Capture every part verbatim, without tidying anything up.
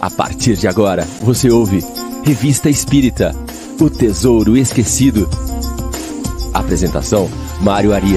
A partir de agora, você ouve Revista Espírita, O Tesouro Esquecido. Apresentação, Mário Arias.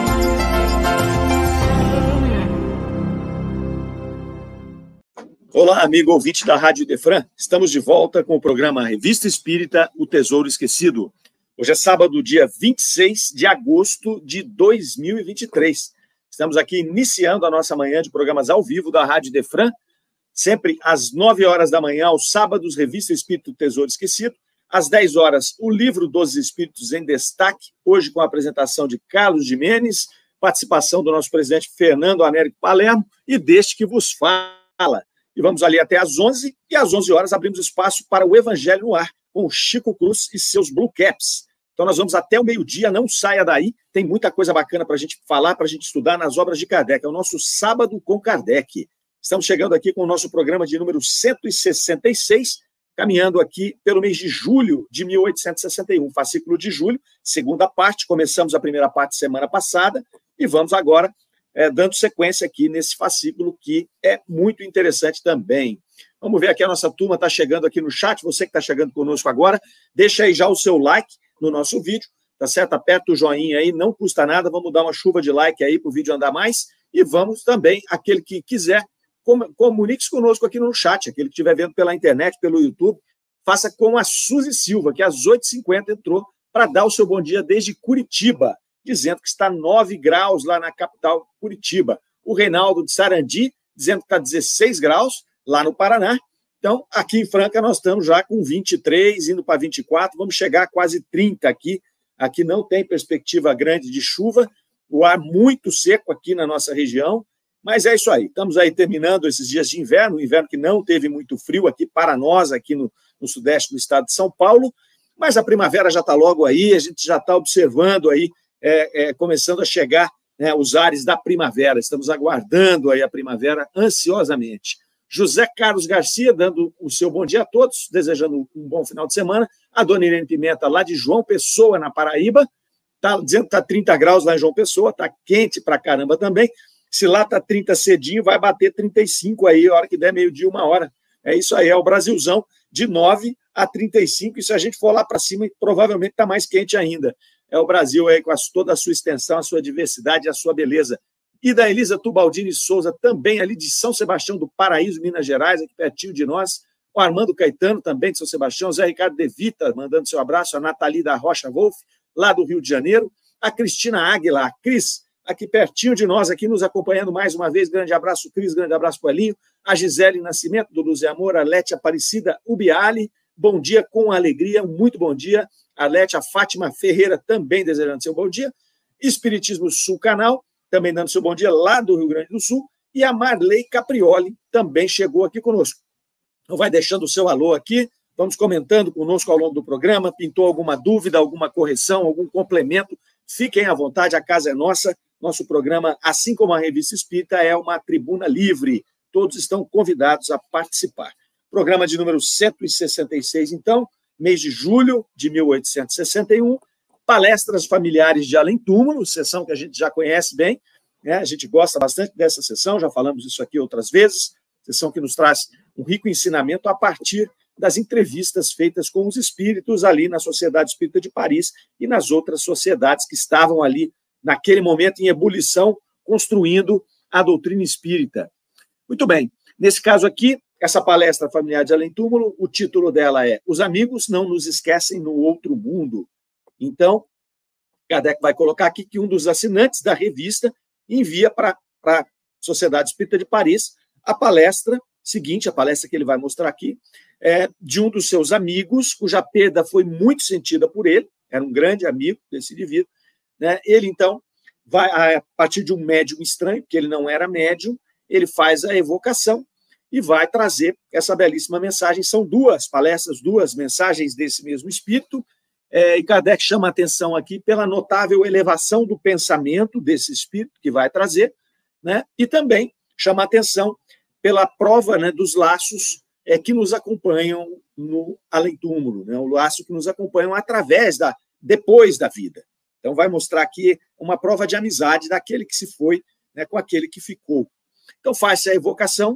Olá, amigo ouvinte da Rádio Idefran. Estamos de volta com o programa Revista Espírita, O Tesouro Esquecido. Hoje é sábado, dia vinte e seis de agosto de dois mil e vinte e três. Estamos aqui iniciando a nossa manhã de programas ao vivo da Rádio Idefran, sempre às nove horas da manhã, aos sábados, Revista Espírita, O Tesouro Esquecido. Às dez horas, o Livro dos Espíritos em Destaque, hoje com a apresentação de Carlos Gimenez, participação do nosso presidente Fernando Américo Palermo e deste que vos fala. E vamos ali até às onze, e às onze horas abrimos espaço para o Evangelho no Ar, com o Chico Cruz e seus Blue Caps. Então nós vamos até o meio-dia, não saia daí, tem muita coisa bacana para a gente falar, para a gente estudar nas obras de Kardec. É o nosso Sábado com Kardec. Estamos chegando aqui com o nosso programa de número cento e sessenta e seis, caminhando aqui pelo mês de julho de mil oitocentos e sessenta e um, fascículo de julho, segunda parte, começamos a primeira parte semana passada, e vamos agora é, dando sequência aqui nesse fascículo que é muito interessante também. Vamos ver aqui, a nossa turma está chegando aqui no chat, você que está chegando conosco agora, deixa aí já o seu like no nosso vídeo, tá certo? Aperta o joinha aí, não custa nada, vamos dar uma chuva de like aí para o vídeo andar mais, e vamos também, aquele que quiser, comunique-se conosco aqui no chat, aquele que estiver vendo pela internet, pelo YouTube, faça com a Suzy Silva, que às oito e cinquenta entrou para dar o seu bom dia desde Curitiba, dizendo que está nove graus lá na capital Curitiba. O Reinaldo de Sarandi, dizendo que está dezesseis graus, lá no Paraná. Então, aqui em Franca, nós estamos já com vinte e três, indo para vinte e quatro, vamos chegar a quase trinta aqui. Aqui não tem perspectiva grande de chuva, o ar muito seco aqui na nossa região, mas é isso aí. Estamos aí terminando esses dias de inverno, inverno que não teve muito frio aqui para nós, aqui no, no sudeste do estado de São Paulo, mas a primavera já está logo aí, a gente já está observando aí, é, é, começando a chegar, né, os ares da primavera. Estamos aguardando aí a primavera ansiosamente. José Carlos Garcia, dando o seu bom dia a todos, desejando um bom final de semana. A dona Irene Pimenta, lá de João Pessoa, na Paraíba, está dizendo que está trinta graus lá em João Pessoa, está quente pra caramba também. Se lá está trinta cedinho, vai bater trinta e cinco aí, a hora que der meio-dia, uma hora. É isso aí, é o Brasilzão, de nove a trinta e cinco, e se a gente for lá para cima, provavelmente está mais quente ainda. É o Brasil aí com a, toda a sua extensão, a sua diversidade e a sua beleza. E da Elisa Tubaldini Souza, também ali de São Sebastião do Paraíso, Minas Gerais, aqui pertinho de nós. O Armando Caetano, também de São Sebastião. Zé Ricardo De Vita, mandando seu abraço. A Nathalie da Rocha Wolf, lá do Rio de Janeiro. A Cristina Águila, a Cris, aqui pertinho de nós, aqui nos acompanhando mais uma vez. Grande abraço, Cris, grande abraço, Coelhinho. A Gisele Nascimento, do Luz e Amor. A Lete Aparecida Ubiali, bom dia com alegria, muito bom dia. A Lete, a Fátima Ferreira, também desejando seu bom dia. Espiritismo Sul Canal, também dando seu bom dia lá do Rio Grande do Sul, e a Marley Caprioli também chegou aqui conosco. Então vai deixando o seu alô aqui, vamos comentando conosco ao longo do programa, pintou alguma dúvida, alguma correção, algum complemento, fiquem à vontade, a casa é nossa, nosso programa, assim como a Revista Espírita, é uma tribuna livre, todos estão convidados a participar. Programa de número cento e sessenta e seis, então, mês de julho de mil oitocentos e sessenta e um, palestras familiares de além-túmulo, sessão que a gente já conhece bem, né? A gente gosta bastante dessa sessão, já falamos isso aqui outras vezes, sessão que nos traz um rico ensinamento a partir das entrevistas feitas com os espíritos ali na Sociedade Espírita de Paris e nas outras sociedades que estavam ali, naquele momento, em ebulição, construindo a doutrina espírita. Muito bem, nesse caso aqui, essa palestra familiar de além-túmulo, o título dela é Os Amigos Não Nos Esquecem no Outro Mundo. Então, Kardec vai colocar aqui que um dos assinantes da revista envia para a Sociedade Espírita de Paris a palestra seguinte, a palestra que ele vai mostrar aqui, é de um dos seus amigos, cuja perda foi muito sentida por ele, era um grande amigo desse indivíduo, né? Ele, então, vai, a partir de um médium estranho, porque ele não era médium, ele faz a evocação e vai trazer essa belíssima mensagem. São duas palestras, duas mensagens desse mesmo espírito, É, e Kardec chama a atenção aqui pela notável elevação do pensamento desse espírito que vai trazer, né? E também chama a atenção pela prova, né, dos laços é, que nos acompanham no além-túmulo, né? O laço que nos acompanham através da, depois da vida. Então, vai mostrar aqui uma prova de amizade daquele que se foi, né, com aquele que ficou. Então, faz-se a evocação,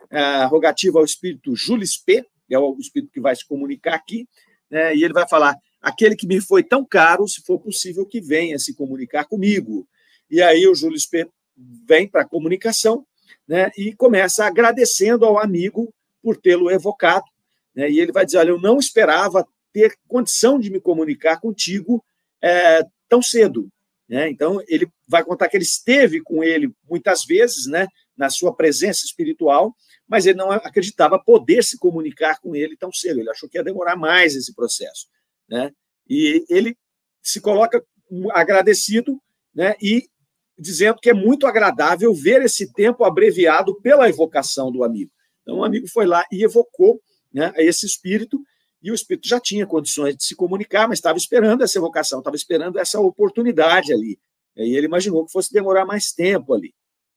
a rogativa ao espírito Jules P., que é o espírito que vai se comunicar aqui, né, e ele vai falar: aquele que me foi tão caro, se for possível que venha se comunicar comigo. E aí o Jules P. vem para a comunicação, né, e começa agradecendo ao amigo por tê-lo evocado, né, e ele vai dizer: olha, eu não esperava ter condição de me comunicar contigo é, tão cedo. Né? Então, ele vai contar que ele esteve com ele muitas vezes, né, na sua presença espiritual, mas ele não acreditava poder se comunicar com ele tão cedo. Ele achou que ia demorar mais esse processo. Né? E ele se coloca agradecido, né, e dizendo que é muito agradável ver esse tempo abreviado pela evocação do amigo. Então, o amigo foi lá e evocou, né, esse espírito, e o espírito já tinha condições de se comunicar, mas estava esperando essa evocação, estava esperando essa oportunidade ali. E ele imaginou que fosse demorar mais tempo ali.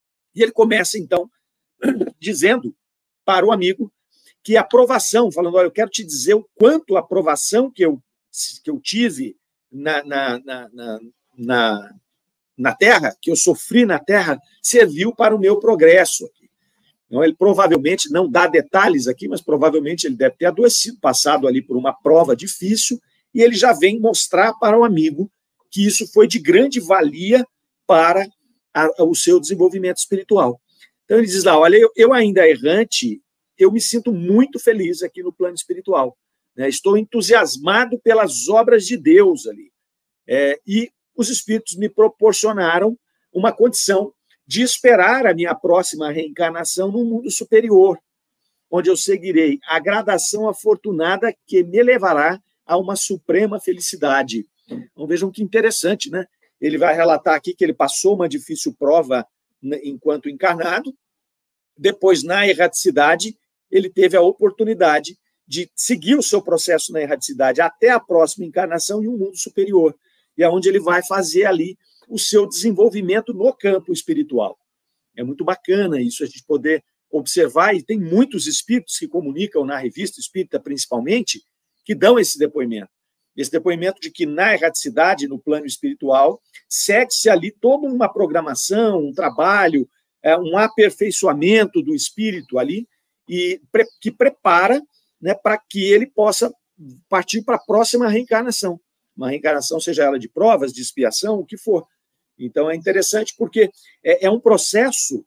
E ele começa, então, dizendo para o amigo que a aprovação, falando: olha, eu quero te dizer o quanto a aprovação que eu, que eu tive na, na, na, na, na, na Terra, que eu sofri na Terra, serviu para o meu progresso aqui. Então, ele provavelmente não dá detalhes aqui, mas provavelmente ele deve ter adoecido, passado ali por uma prova difícil, e ele já vem mostrar para o amigo que isso foi de grande valia para a, o seu desenvolvimento espiritual. Então, ele diz lá: olha, eu, eu ainda errante, eu me sinto muito feliz aqui no plano espiritual. Né? Estou entusiasmado pelas obras de Deus ali. É, e os espíritos me proporcionaram uma condição de esperar a minha próxima reencarnação no mundo superior, onde eu seguirei a gradação afortunada que me levará a uma suprema felicidade. Então, vejam que interessante, né? Ele vai relatar aqui que ele passou uma difícil prova enquanto encarnado, depois, na erraticidade, ele teve a oportunidade de seguir o seu processo na erraticidade até a próxima encarnação em um mundo superior, e é onde ele vai fazer ali o seu desenvolvimento no campo espiritual. É muito bacana isso, a gente poder observar, e tem muitos espíritos que comunicam na Revista Espírita, principalmente, que dão esse depoimento. Esse depoimento de que na erraticidade, no plano espiritual, segue-se ali toda uma programação, um trabalho, um aperfeiçoamento do espírito ali, e que prepara, né, para que ele possa partir para a próxima reencarnação. Uma reencarnação, seja ela de provas, de expiação, o que for. Então, é interessante porque é, é um processo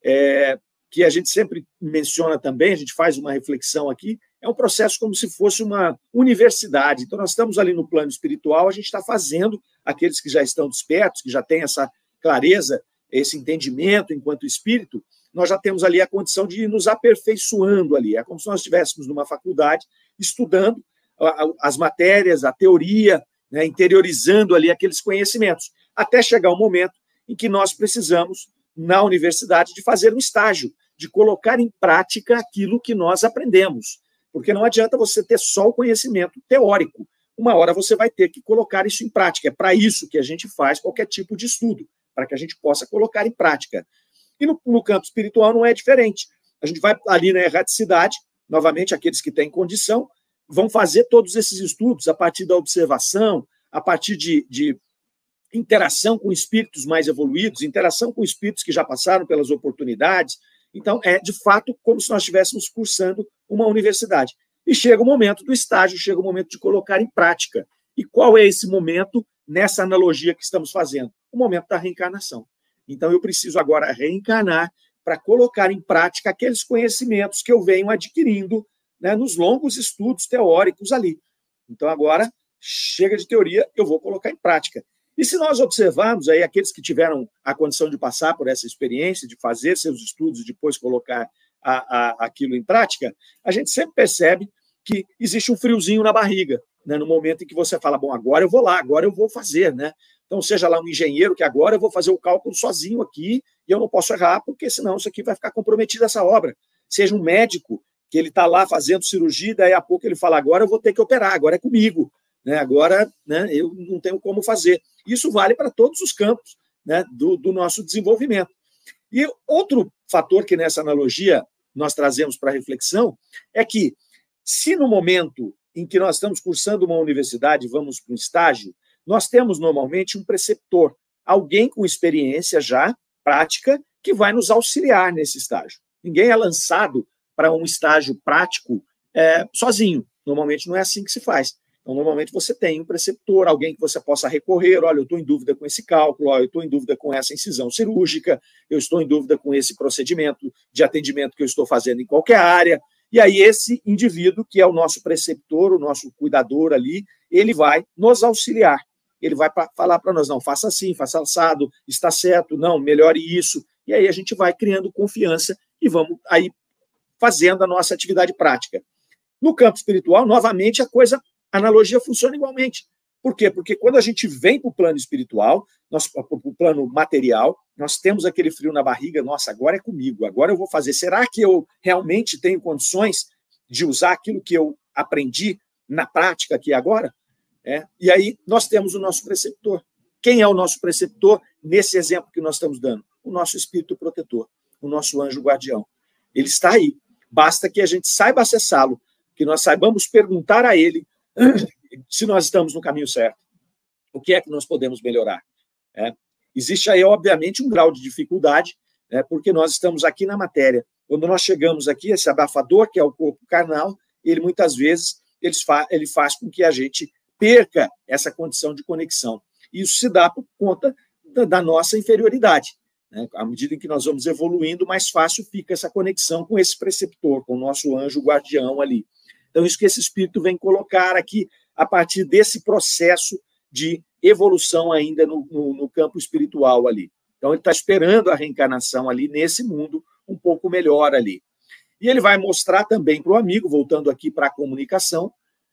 é, que a gente sempre menciona também, a gente faz uma reflexão aqui, é um processo como se fosse uma universidade. Então, nós estamos ali no plano espiritual, a gente está fazendo, aqueles que já estão despertos, que já têm essa clareza, esse entendimento enquanto espírito, nós já temos ali a condição de ir nos aperfeiçoando ali. É como se nós estivéssemos numa faculdade, estudando as matérias, a teoria, né, interiorizando ali aqueles conhecimentos, até chegar um momento em que nós precisamos, na universidade, de fazer um estágio, de colocar em prática aquilo que nós aprendemos. Porque não adianta você ter só o conhecimento teórico. Uma hora você vai ter que colocar isso em prática. É para isso que a gente faz qualquer tipo de estudo, para que a gente possa colocar em prática. E no, no campo espiritual não é diferente. A gente vai ali na erraticidade, novamente, aqueles que têm condição, vão fazer todos esses estudos a partir da observação, a partir de, de interação com espíritos mais evoluídos, interação com espíritos que já passaram pelas oportunidades. Então, é, de fato, como se nós estivéssemos cursando uma universidade. E chega o momento do estágio, chega o momento de colocar em prática. E qual é esse momento nessa analogia que estamos fazendo? O momento da reencarnação. Então, eu preciso agora reencarnar para colocar em prática aqueles conhecimentos que eu venho adquirindo, né, nos longos estudos teóricos ali. Então, agora, chega de teoria, eu vou colocar em prática. E se nós observarmos aí aqueles que tiveram a condição de passar por essa experiência, de fazer seus estudos e depois colocar a, a, aquilo em prática, a gente sempre percebe que existe um friozinho na barriga, né, no momento em que você fala: bom, agora eu vou lá, agora eu vou fazer, né? Então, seja lá um engenheiro que agora eu vou fazer o cálculo sozinho aqui e eu não posso errar, porque senão isso aqui vai ficar comprometido, essa obra. Seja um médico que ele está lá fazendo cirurgia, daí a pouco ele fala: agora eu vou ter que operar, agora é comigo, né? Agora, né, eu não tenho como fazer. Isso vale para todos os campos, né, do, do nosso desenvolvimento. E outro fator que nessa analogia nós trazemos para reflexão é que, se no momento em que nós estamos cursando uma universidade, vamos para um estágio, nós temos normalmente um preceptor, alguém com experiência já, prática, que vai nos auxiliar nesse estágio. Ninguém é lançado para um estágio prático é, sozinho. Normalmente não é assim que se faz. Então, normalmente você tem um preceptor, alguém que você possa recorrer, olha, eu estou em dúvida com esse cálculo, olha, eu estou em dúvida com essa incisão cirúrgica, eu estou em dúvida com esse procedimento de atendimento que eu estou fazendo em qualquer área. E aí esse indivíduo, que é o nosso preceptor, o nosso cuidador ali, ele vai nos auxiliar. Ele vai pra, falar para nós, não, faça assim, faça assado, está certo, não, melhore isso. E aí a gente vai criando confiança e vamos aí fazendo a nossa atividade prática. No campo espiritual, novamente, a coisa, a analogia funciona igualmente. Por quê? Porque quando a gente vem para o plano espiritual, para o plano material, nós temos aquele frio na barriga, nossa, agora é comigo, agora eu vou fazer. Será que eu realmente tenho condições de usar aquilo que eu aprendi na prática aqui agora? É. E aí nós temos o nosso preceptor. Quem é o nosso preceptor nesse exemplo que nós estamos dando? O nosso espírito protetor, o nosso anjo guardião. Ele está aí. Basta que a gente saiba acessá-lo, que nós saibamos perguntar a ele se nós estamos no caminho certo. O que é que nós podemos melhorar? É. Existe aí, obviamente, um grau de dificuldade, né, porque nós estamos aqui na matéria. Quando nós chegamos aqui, esse abafador, que é o corpo carnal, ele muitas vezes ele faz, ele faz com que a gente perca essa condição de conexão. Isso se dá por conta da, da nossa inferioridade. Né? À medida em que nós vamos evoluindo, mais fácil fica essa conexão com esse preceptor, com o nosso anjo guardião ali. Então, isso que esse espírito vem colocar aqui, a partir desse processo de evolução ainda no, no, no campo espiritual ali. Então, ele está esperando a reencarnação ali nesse mundo um pouco melhor ali. E ele vai mostrar também para o amigo, voltando aqui para a comunicação,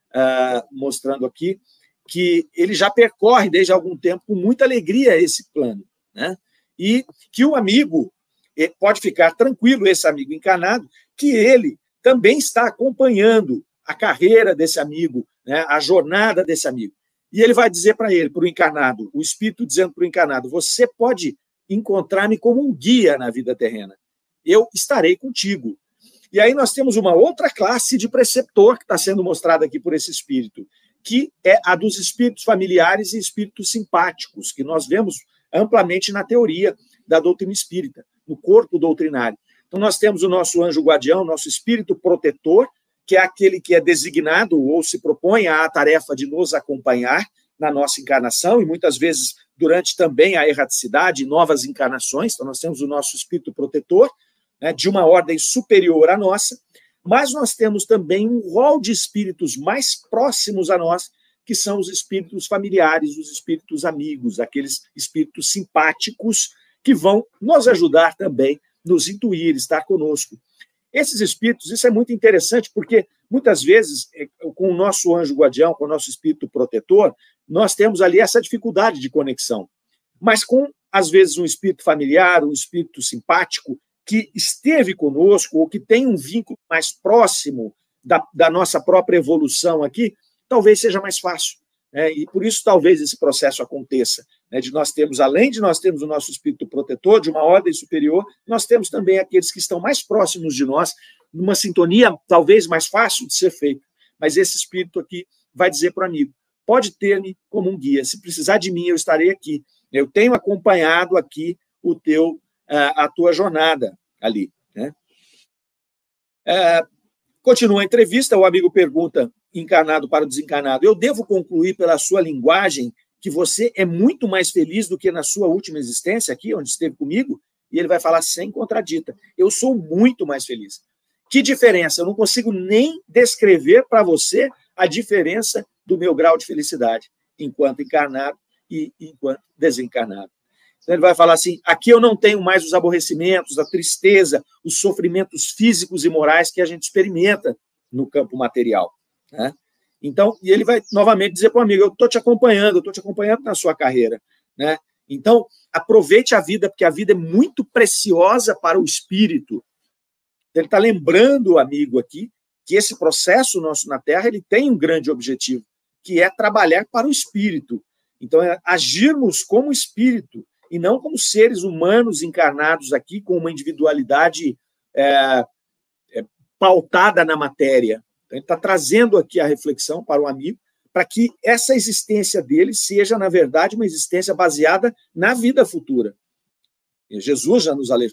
uh, mostrando aqui, que ele já percorre desde algum tempo com muita alegria esse plano, né? E que o amigo pode ficar tranquilo, esse amigo encarnado, que ele também está acompanhando a carreira desse amigo, né, a jornada desse amigo. E ele vai dizer para ele, para o encarnado, o espírito dizendo para o encarnado, você pode encontrar-me como um guia na vida terrena. Eu estarei contigo. E aí nós temos uma outra classe de preceptor que está sendo mostrada aqui por esse espírito, que é a dos espíritos familiares e espíritos simpáticos, que nós vemos amplamente na teoria da doutrina espírita, no corpo doutrinário. Então nós temos o nosso anjo guardião, nosso espírito protetor, que é aquele que é designado ou se propõe à tarefa de nos acompanhar na nossa encarnação, e muitas vezes durante também a erraticidade, novas encarnações. Então nós temos o nosso espírito protetor, né, de uma ordem superior à nossa, mas nós temos também um rol de espíritos mais próximos a nós, que são os espíritos familiares, os espíritos amigos, aqueles espíritos simpáticos que vão nos ajudar também, nos intuir, estar conosco. Esses espíritos, isso é muito interessante, porque muitas vezes, com o nosso anjo guardião, com o nosso espírito protetor, nós temos ali essa dificuldade de conexão. Mas com, às vezes, um espírito familiar, um espírito simpático, que esteve conosco, ou que tem um vínculo mais próximo da, da nossa própria evolução aqui, talvez seja mais fácil. Né? E por isso talvez esse processo aconteça. Né? De nós termos, além de nós termos o nosso espírito protetor, de uma ordem superior, nós temos também aqueles que estão mais próximos de nós, numa sintonia talvez mais fácil de ser feita. Mas esse espírito aqui vai dizer para o amigo, pode ter-me como um guia, se precisar de mim eu estarei aqui. Eu tenho acompanhado aqui o teu, a tua jornada ali. Né? É, continua a entrevista, o amigo pergunta, encarnado para o desencarnado, eu devo concluir pela sua linguagem que você é muito mais feliz do que na sua última existência aqui, onde esteve comigo? E ele vai falar sem contradita, eu sou muito mais feliz. Que diferença? Eu não consigo nem descrever para você a diferença do meu grau de felicidade, enquanto encarnado e enquanto desencarnado. Então ele vai falar assim, aqui eu não tenho mais os aborrecimentos, a tristeza, os sofrimentos físicos e morais que a gente experimenta no campo material. Né? Então, e ele vai novamente dizer para o amigo, eu estou te acompanhando, eu estou te acompanhando na sua carreira. Né? Então, aproveite a vida, porque a vida é muito preciosa para o espírito. Ele está lembrando o amigo aqui que esse processo nosso na Terra ele tem um grande objetivo, que é trabalhar para o espírito. Então, é agirmos como espírito, e não como seres humanos encarnados aqui com uma individualidade é, é, pautada na matéria. Então, ele está trazendo aqui a reflexão para o amigo, para que essa existência dele seja, na verdade, uma existência baseada na vida futura. E Jesus já nos alertou,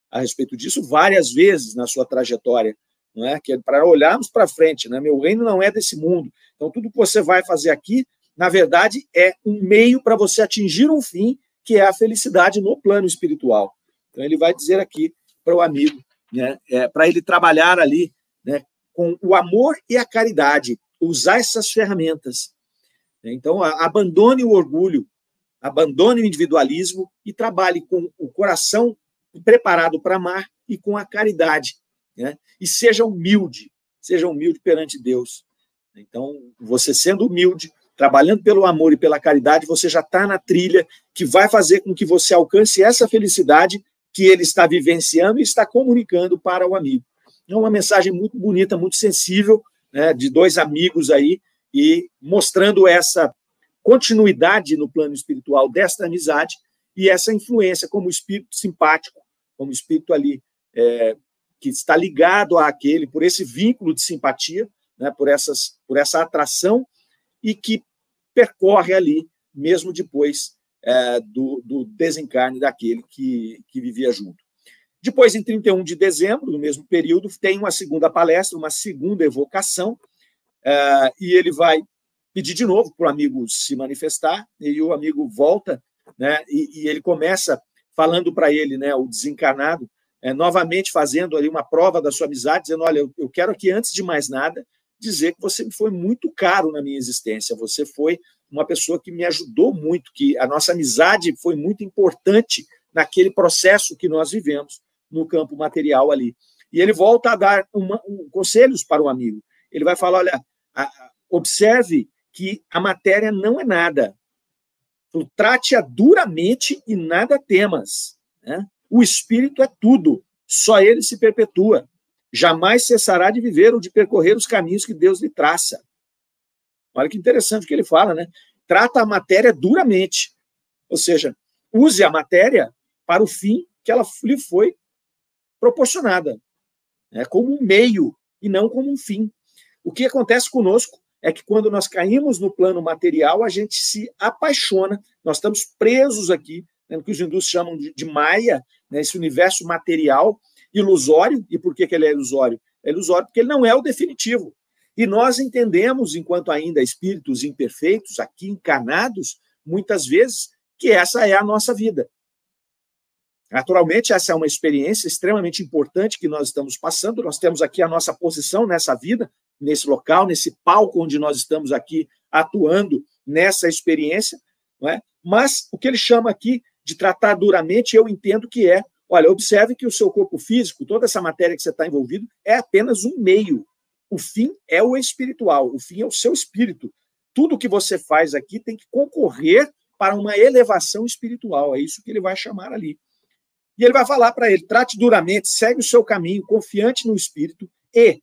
a respeito disso várias vezes na sua trajetória, não é? Que é para olharmos para frente, né? Meu reino não é desse mundo. Então, tudo que você vai fazer aqui, na verdade, é um meio para você atingir um fim, que é a felicidade no plano espiritual. Então, ele vai dizer aqui para o amigo, né? É, para ele trabalhar ali, né? Com o amor e a caridade, usar essas ferramentas. Então, abandone o orgulho, abandone o individualismo e trabalhe com o coração preparado para amar e com a caridade, né? E seja humilde, seja humilde perante Deus. Então, você sendo humilde, trabalhando pelo amor e pela caridade, você já está na trilha que vai fazer com que você alcance essa felicidade que ele está vivenciando e está comunicando para o amigo. É uma mensagem muito bonita, muito sensível, né, de dois amigos aí, e mostrando essa continuidade no plano espiritual desta amizade e essa influência como espírito simpático, como espírito ali é, que está ligado àquele, por esse vínculo de simpatia, né, por, essas, por essa atração, e que percorre ali, mesmo depois é, do, do desencarne daquele que, que vivia junto. Depois, em trinta e um de dezembro, no mesmo período, tem uma segunda palestra, uma segunda evocação, é, e ele vai pedir de novo para o amigo se manifestar, e o amigo volta, né, e, e ele começa falando para ele, né, o desencarnado, é, novamente fazendo ali uma prova da sua amizade, dizendo, olha, eu, eu quero aqui, antes de mais nada, dizer que você foi muito caro na minha existência, você foi uma pessoa que me ajudou muito, que a nossa amizade foi muito importante naquele processo que nós vivemos no campo material ali. E ele volta a dar uma, um, conselhos para o amigo. Ele vai falar, olha, a, a, observe que a matéria não é nada. Trate-a duramente e nada temas, né? O espírito é tudo, só ele se perpetua. Jamais cessará de viver ou de percorrer os caminhos que Deus lhe traça. Olha que interessante o que ele fala, né? Trata a matéria duramente. Ou seja, use a matéria para o fim que ela lhe foi proporcionada, né? Como um meio e não como um fim. O que acontece conosco é que quando nós caímos no plano material, a gente se apaixona, nós estamos presos aqui, né, no que os hindus chamam de, de Maya, né, esse universo material ilusório. E por que, que ele é ilusório? É ilusório porque ele não é o definitivo. E nós entendemos, enquanto ainda espíritos imperfeitos, aqui encarnados, muitas vezes, que essa é a nossa vida. Naturalmente, essa é uma experiência extremamente importante que nós estamos passando. Nós temos aqui a nossa posição nessa vida, nesse local, nesse palco onde nós estamos aqui atuando nessa experiência, não é? Mas o que ele chama aqui de tratar duramente, eu entendo que é, olha, observe que o seu corpo físico, toda essa matéria que você está envolvido, é apenas um meio. O fim é o espiritual, o fim é o seu espírito. Tudo que você faz aqui tem que concorrer para uma elevação espiritual, é isso que ele vai chamar ali. E ele vai falar para ele, trate duramente, segue o seu caminho, confiante no espírito, e,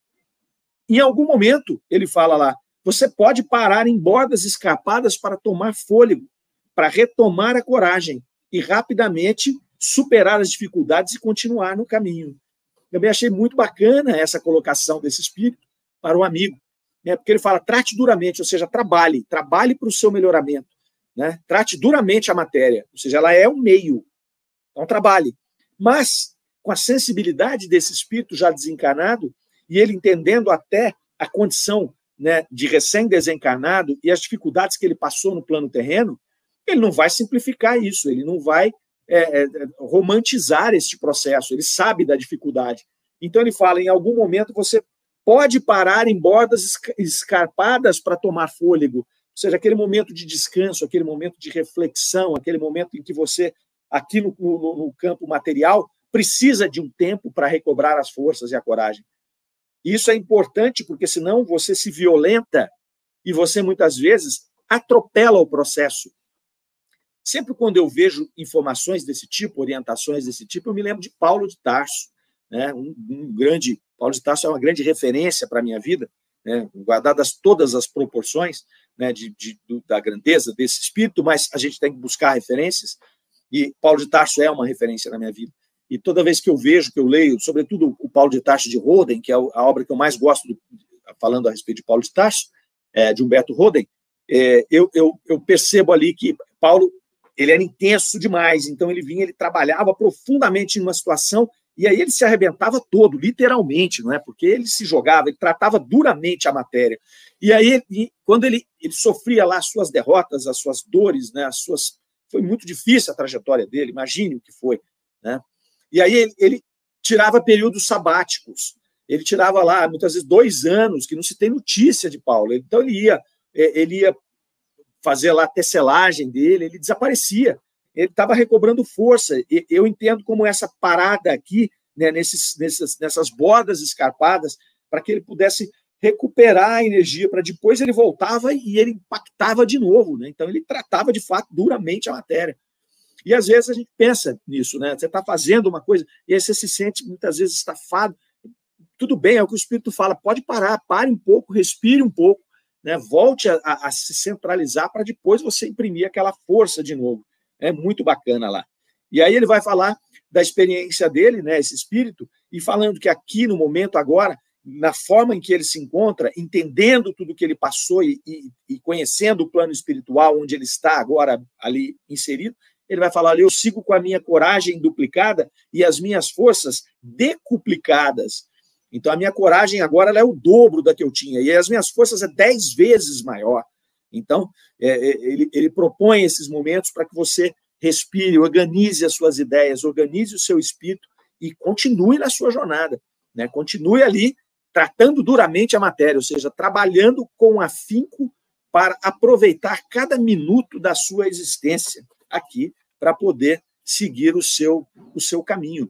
em algum momento, ele fala lá, você pode parar em bordas escarpadas para tomar fôlego, para retomar a coragem e rapidamente superar as dificuldades e continuar no caminho. Também achei muito bacana essa colocação desse espírito para o amigo, né? Porque ele fala, trate duramente, ou seja, trabalhe, trabalhe para o seu melhoramento, né? Trate duramente a matéria, ou seja, ela é um meio, então trabalhe. Mas, com a sensibilidade desse espírito já desencarnado, e ele entendendo até a condição, né, de recém-desencarnado e as dificuldades que ele passou no plano terreno, ele não vai simplificar isso, ele não vai é, é, romantizar este processo, ele sabe da dificuldade. Então ele fala, em algum momento você pode parar em bordas escarpadas para tomar fôlego, ou seja, aquele momento de descanso, aquele momento de reflexão, aquele momento em que você, aqui no, no, no campo material, precisa de um tempo para recobrar as forças e a coragem. Isso é importante porque senão você se violenta e você muitas vezes atropela o processo. Sempre quando eu vejo informações desse tipo, orientações desse tipo, eu me lembro de Paulo de Tarso, né? um, um grande, Paulo de Tarso é uma grande referência para a minha vida, né? Guardadas todas as proporções, né, de, de, da grandeza desse espírito, mas a gente tem que buscar referências, e Paulo de Tarso é uma referência na minha vida. E toda vez que eu vejo, que eu leio, sobretudo o Paulo de Tarso de Roden, que é a obra que eu mais gosto, do, falando a respeito de Paulo de Tarso, é, de Humberto Roden, é, eu, eu, eu percebo ali que Paulo ele era intenso demais, então ele vinha, ele trabalhava profundamente em uma situação E aí ele se arrebentava todo, literalmente, não é? Porque ele se jogava, ele tratava duramente a matéria. E aí, ele, quando ele, ele sofria lá as suas derrotas, as suas dores, né? As suas... Foi muito difícil a trajetória dele, imagine o que foi, né? E aí ele, ele tirava períodos sabáticos. Ele tirava lá, muitas vezes, dois anos, que não se tem notícia de Paulo. Então ele ia, ele ia fazer lá a tecelagem dele, ele desaparecia. Ele estava recobrando força. Eu entendo como essa parada aqui, né, nesses, nessas, nessas bordas escarpadas, para que ele pudesse recuperar a energia, para depois ele voltava e ele impactava de novo, né? Então ele tratava, de fato, duramente a matéria. E às vezes a gente pensa nisso, né? Você está fazendo uma coisa e aí você se sente muitas vezes estafado. Tudo bem, é o que o Espírito fala, pode parar, pare um pouco, respire um pouco, né? Volte a, a, a se centralizar para depois você imprimir aquela força de novo. É muito bacana lá. E aí ele vai falar da experiência dele, né, esse espírito, e falando que aqui no momento agora, na forma em que ele se encontra, entendendo tudo que ele passou e, e, e conhecendo o plano espiritual onde ele está agora ali inserido, ele vai falar, eu sigo com a minha coragem duplicada e as minhas forças decuplicadas. Então a minha coragem agora ela é o dobro da que eu tinha, e as minhas forças é dez vezes maior. Então, é, ele, ele propõe esses momentos para que você respire, organize as suas ideias, organize o seu espírito e continue na sua jornada, né? Continue ali tratando duramente a matéria, ou seja, trabalhando com afinco para aproveitar cada minuto da sua existência aqui para poder seguir o seu, o seu caminho.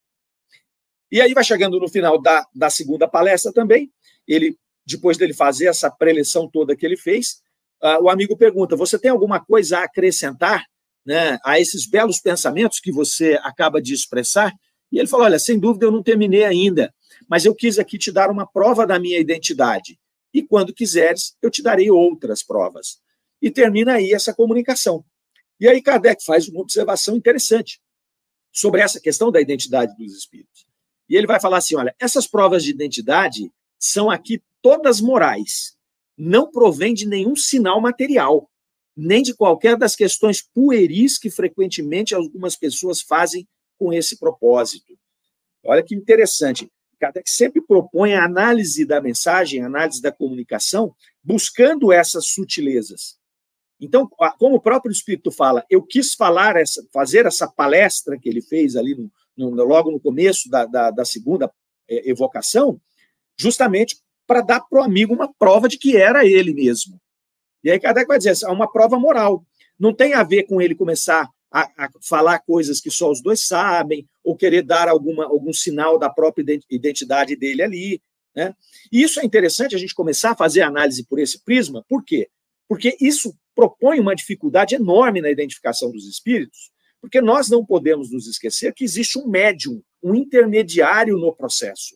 E aí vai chegando no final da, da segunda palestra também, ele, depois dele fazer essa preleção toda que ele fez, Uh, o amigo pergunta, você tem alguma coisa a acrescentar, né, a esses belos pensamentos que você acaba de expressar? E ele falou, olha, sem dúvida eu não terminei ainda, mas eu quis aqui te dar uma prova da minha identidade. E quando quiseres, eu te darei outras provas. E termina aí essa comunicação. E aí Kardec faz uma observação interessante sobre essa questão da identidade dos espíritos. E ele vai falar assim, olha, essas provas de identidade são aqui todas morais. Não provém de nenhum sinal material, nem de qualquer das questões pueris que frequentemente algumas pessoas fazem com esse propósito. Olha que interessante. Kardec sempre propõe a análise da mensagem, a análise da comunicação, buscando essas sutilezas. Então, como o próprio Espírito fala, eu quis falar essa, fazer essa palestra que ele fez ali no, no, logo no começo da, da, da segunda evocação, justamente para dar para o amigo uma prova de que era ele mesmo. E aí Kardec vai dizer, é uma prova moral. Não tem a ver com ele começar a, a falar coisas que só os dois sabem, ou querer dar alguma, algum sinal da própria identidade dele ali, né? E isso é interessante a gente começar a fazer análise por esse prisma. Por quê? Porque isso propõe uma dificuldade enorme na identificação dos espíritos, porque nós não podemos nos esquecer que existe um médium, um intermediário no processo.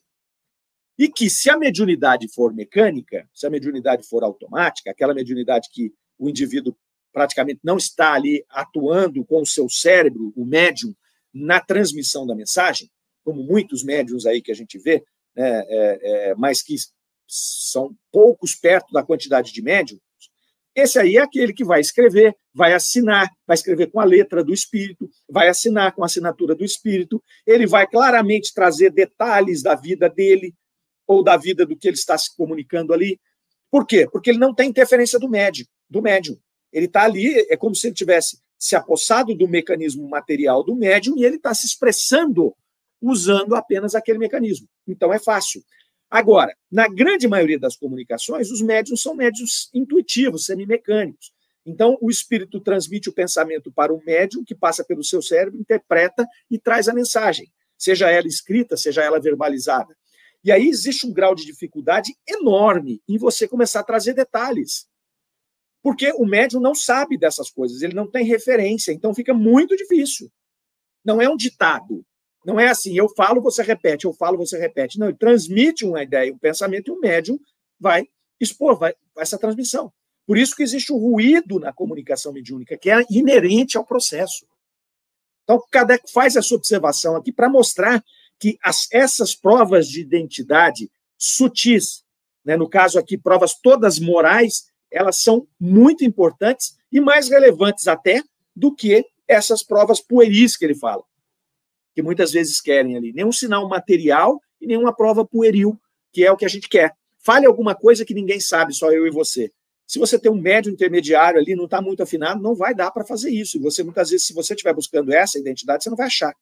E que, se a mediunidade for mecânica, se a mediunidade for automática, aquela mediunidade que o indivíduo praticamente não está ali atuando com o seu cérebro, o médium, na transmissão da mensagem, como muitos médiums aí que a gente vê, né, é, é, mas que são poucos perto da quantidade de médiums, esse aí é aquele que vai escrever, vai assinar, vai escrever com a letra do espírito, vai assinar com a assinatura do espírito, ele vai claramente trazer detalhes da vida dele, ou da vida do que ele está se comunicando ali. Por quê? Porque ele não tem interferência do médium. Do médium. Ele está ali, é como se ele tivesse se apossado do mecanismo material do médium e ele está se expressando usando apenas aquele mecanismo. Então é fácil. Agora, na grande maioria das comunicações, os médiums são médiums intuitivos, semimecânicos. Então, o espírito transmite o pensamento para o médium, que passa pelo seu cérebro, interpreta e traz a mensagem, seja ela escrita, seja ela verbalizada. E aí existe um grau de dificuldade enorme em você começar a trazer detalhes. Porque o médium não sabe dessas coisas, ele não tem referência, então fica muito difícil. Não é um ditado. Não é assim, eu falo, você repete, eu falo, você repete. Não, ele transmite uma ideia, um pensamento, e o médium vai expor vai, essa transmissão. Por isso que existe o ruído na comunicação mediúnica, que é inerente ao processo. Então, Kardec faz essa observação aqui para mostrar que as, essas provas de identidade sutis, né, no caso aqui, provas todas morais, elas são muito importantes e mais relevantes até do que essas provas pueris que ele fala. que muitas vezes querem ali. Nenhum sinal material e nenhuma prova pueril, que é o que a gente quer. Fale alguma coisa que ninguém sabe, só eu e você. Se você tem um médium intermediário ali, não está muito afinado, não vai dar para fazer isso. E você, muitas vezes, se você estiver buscando essa identidade, você não vai achar.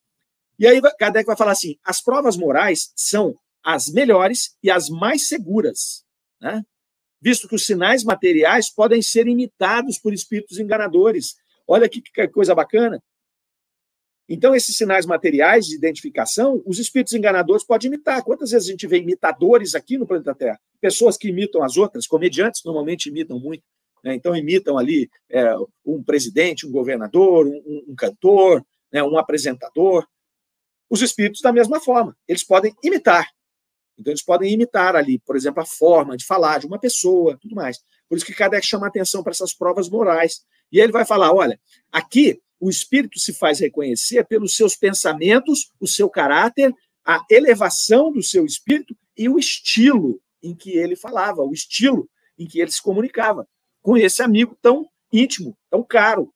E aí Kardec vai falar assim, as provas morais são as melhores e as mais seguras, né? Visto que os sinais materiais podem ser imitados por espíritos enganadores. Olha que, que coisa bacana. Então, esses sinais materiais de identificação, os espíritos enganadores podem imitar. Quantas vezes a gente vê imitadores aqui no planeta Terra? Pessoas que imitam as outras, comediantes normalmente imitam muito, né? Então imitam ali é, um presidente, um governador, um, um cantor, né? Um apresentador. Os espíritos da mesma forma, eles podem imitar. Então, eles podem imitar ali, por exemplo, a forma de falar de uma pessoa, tudo mais. Por isso que Kardec chama a atenção para essas provas morais. E ele vai falar, olha, aqui o espírito se faz reconhecer pelos seus pensamentos, o seu caráter, a elevação do seu espírito e o estilo em que ele falava, o estilo em que ele se comunicava com esse amigo tão íntimo, tão caro.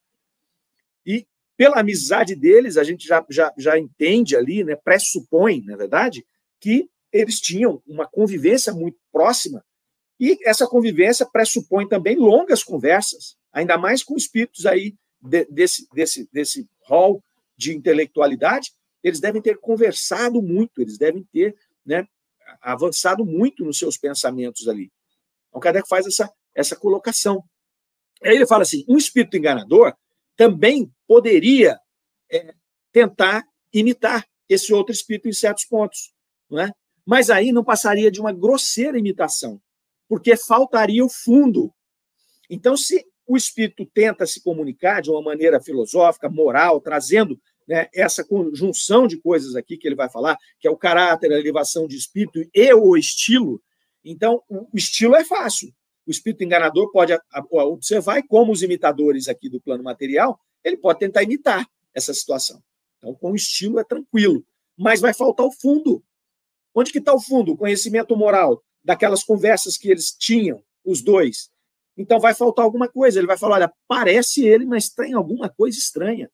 E pela amizade deles, a gente já, já, já entende ali, né, pressupõe, na verdade, que eles tinham uma convivência muito próxima, e essa convivência pressupõe também longas conversas, ainda mais com espíritos aí de, desse, desse, desse hall de intelectualidade, eles devem ter conversado muito, eles devem ter, né, avançado muito nos seus pensamentos ali. Então, Kardec faz essa, essa colocação. Aí ele fala assim, um espírito enganador também poderia é, tentar imitar esse outro espírito em certos pontos, não é? Mas aí não passaria de uma grosseira imitação, porque faltaria o fundo. Então, se o espírito tenta se comunicar de uma maneira filosófica, moral, trazendo, né, essa conjunção de coisas aqui que ele vai falar, que é o caráter, a elevação de espírito e o estilo, então o estilo é fácil. O espírito enganador pode observar, e como os imitadores aqui do plano material, ele pode tentar imitar essa situação. Então, com o estilo é tranquilo, mas vai faltar o fundo. Onde que está o fundo? O conhecimento moral daquelas conversas que eles tinham, os dois. Então vai faltar alguma coisa. Ele vai falar, olha, parece ele, mas tem alguma coisa estranha.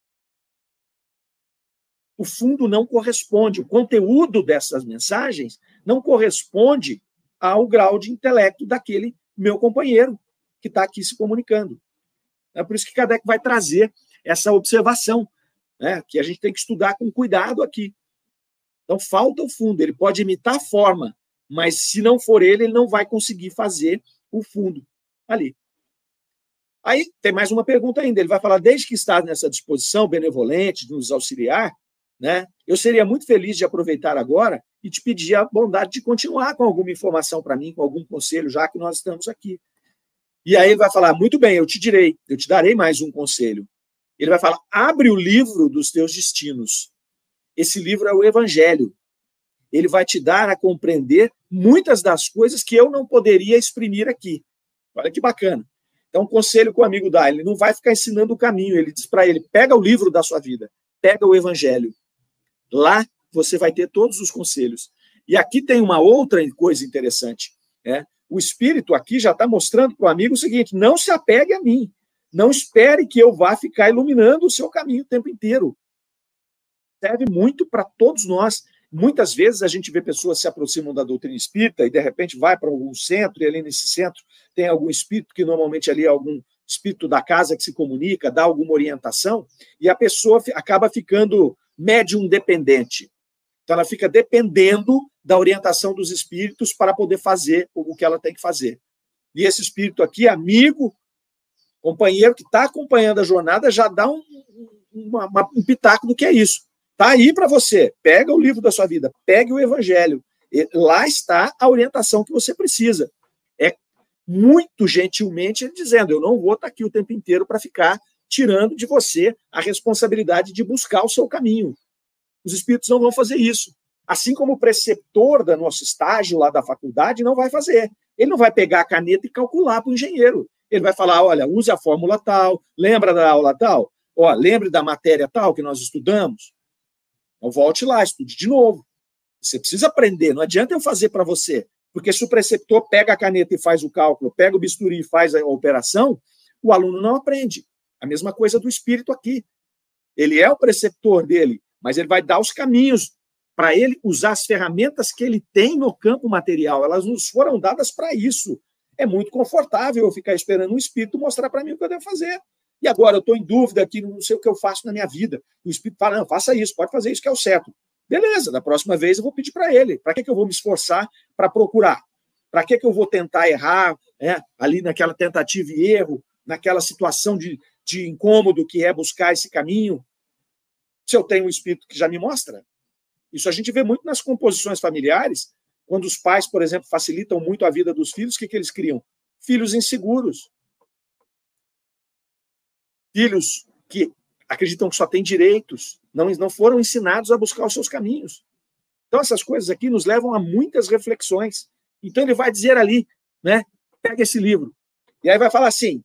O fundo não corresponde, o conteúdo dessas mensagens não corresponde ao grau de intelecto daquele meu companheiro que está aqui se comunicando. É por isso que Kardec vai trazer essa observação, né, que a gente tem que estudar com cuidado aqui. Então, falta o fundo. Ele pode imitar a forma, mas se não for ele, ele não vai conseguir fazer o fundo ali. Aí, tem mais uma pergunta ainda. Ele vai falar, desde que está nessa disposição benevolente de nos auxiliar, né, eu seria muito feliz de aproveitar agora e te pedir a bondade de continuar com alguma informação para mim, com algum conselho, já que nós estamos aqui. E aí ele vai falar, muito bem, eu te direi, eu te darei mais um conselho. Ele vai falar, abre o livro dos teus destinos. Esse livro é o Evangelho. Ele vai te dar a compreender muitas das coisas que eu não poderia exprimir aqui. Olha que bacana. Então, um conselho que o amigo dá, ele não vai ficar ensinando o caminho, ele diz para ele, pega o livro da sua vida, pega o Evangelho. Lá você vai ter todos os conselhos. E aqui tem uma outra coisa interessante, né? O Espírito aqui já está mostrando para o amigo o seguinte, não se apegue a mim, não espere que eu vá ficar iluminando o seu caminho o tempo inteiro. Serve muito para todos nós. Muitas vezes a gente vê pessoas se aproximam da doutrina espírita e, de repente, vai para algum centro, e ali nesse centro tem algum espírito, que normalmente ali é algum espírito da casa que se comunica, dá alguma orientação, e a pessoa acaba ficando médium dependente. Então, ela fica dependendo da orientação dos espíritos para poder fazer o que ela tem que fazer. E esse espírito aqui, amigo, companheiro que está acompanhando a jornada, já dá um, uma, uma, um pitaco do que é isso. Está aí para você. Pega o livro da sua vida, pegue o Evangelho. Lá está a orientação que você precisa. É muito gentilmente dizendo, eu não vou estar aqui o tempo inteiro para ficar tirando de você a responsabilidade de buscar o seu caminho. Os espíritos não vão fazer isso. Assim como o preceptor do nosso estágio lá da faculdade não vai fazer. Ele não vai pegar a caneta e calcular para o engenheiro. Ele vai falar, olha, use a fórmula tal, lembra da aula tal? Ó, lembre da matéria tal que nós estudamos? Então volte lá, estude de novo. Você precisa aprender, não adianta eu fazer para você. Porque se o preceptor pega a caneta e faz o cálculo, pega o bisturi e faz a operação, o aluno não aprende. A mesma coisa do espírito aqui. Ele é o preceptor dele, mas ele vai dar os caminhos para ele usar as ferramentas que ele tem no campo material. Elas nos foram dadas para isso. É muito confortável eu ficar esperando um espírito mostrar para mim o que eu devo fazer. E agora eu estou em dúvida aqui, não sei o que eu faço na minha vida. O espírito fala, não, faça isso, pode fazer isso que é o certo. Beleza, da próxima vez eu vou pedir para ele. Para que, que eu vou me esforçar para procurar? Para que, que eu vou tentar errar, né, ali naquela tentativa e erro, naquela situação de, de incômodo que é buscar esse caminho, se eu tenho um espírito que já me mostra? Isso a gente vê muito nas composições familiares, quando os pais, por exemplo, facilitam muito a vida dos filhos, o que, que eles criam? Filhos inseguros. Filhos que acreditam que só têm direitos, não, não foram ensinados a buscar os seus caminhos. Então, essas coisas aqui nos levam a muitas reflexões. Então, ele vai dizer ali, né? Pega esse livro. E aí vai falar assim,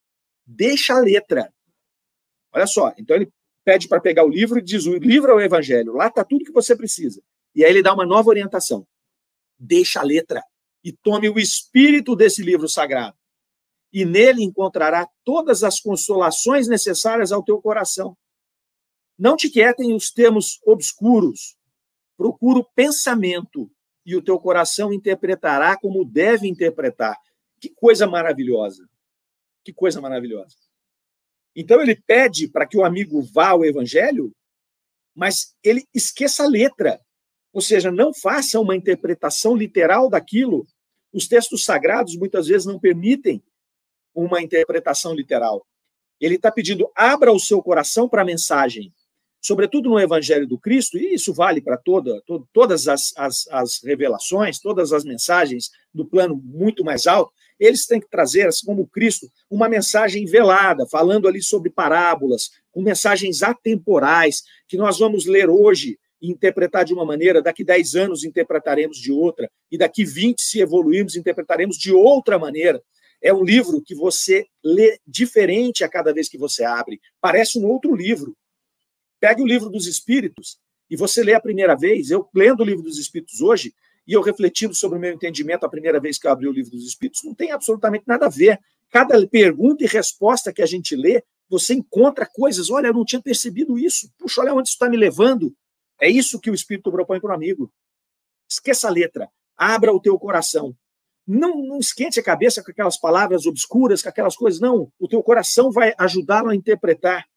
deixa a letra. Olha só, então ele pede para pegar o livro e diz, o livro é o evangelho, lá está tudo que você precisa. E aí ele dá uma nova orientação. Deixa a letra e tome o espírito desse livro sagrado. E nele encontrará todas as consolações necessárias ao teu coração. Não te quietem os termos obscuros. Procura o pensamento e o teu coração interpretará como deve interpretar. Que coisa maravilhosa. Que coisa maravilhosa. Então ele pede para que o amigo vá ao evangelho, mas ele esqueça a letra. Ou seja, não faça uma interpretação literal daquilo. Os textos sagrados muitas vezes não permitem uma interpretação literal. Ele está pedindo, abra o seu coração para a mensagem, sobretudo no Evangelho do Cristo, e isso vale para toda, to, todas as, as, as revelações, todas as mensagens do plano muito mais alto, eles têm que trazer, assim como Cristo, uma mensagem velada, falando ali sobre parábolas, com mensagens atemporais, que nós vamos ler hoje e interpretar de uma maneira, daqui dez anos interpretaremos de outra, e daqui vinte, se evoluirmos, interpretaremos de outra maneira. É um livro que você lê diferente a cada vez que você abre. Parece um outro livro. Pegue o livro dos Espíritos e você lê a primeira vez. Eu lendo o livro dos Espíritos hoje e eu refletindo sobre o meu entendimento a primeira vez que eu abri o livro dos Espíritos, não tem absolutamente nada a ver. Cada pergunta e resposta que a gente lê, você encontra coisas. Olha, eu não tinha percebido isso. Puxa, olha onde isso está me levando. É isso que o Espírito propõe para o amigo. Esqueça a letra. Abra o teu coração. Não, não esquente a cabeça com aquelas palavras obscuras, com aquelas coisas, não. O teu coração vai ajudá-lo a interpretar.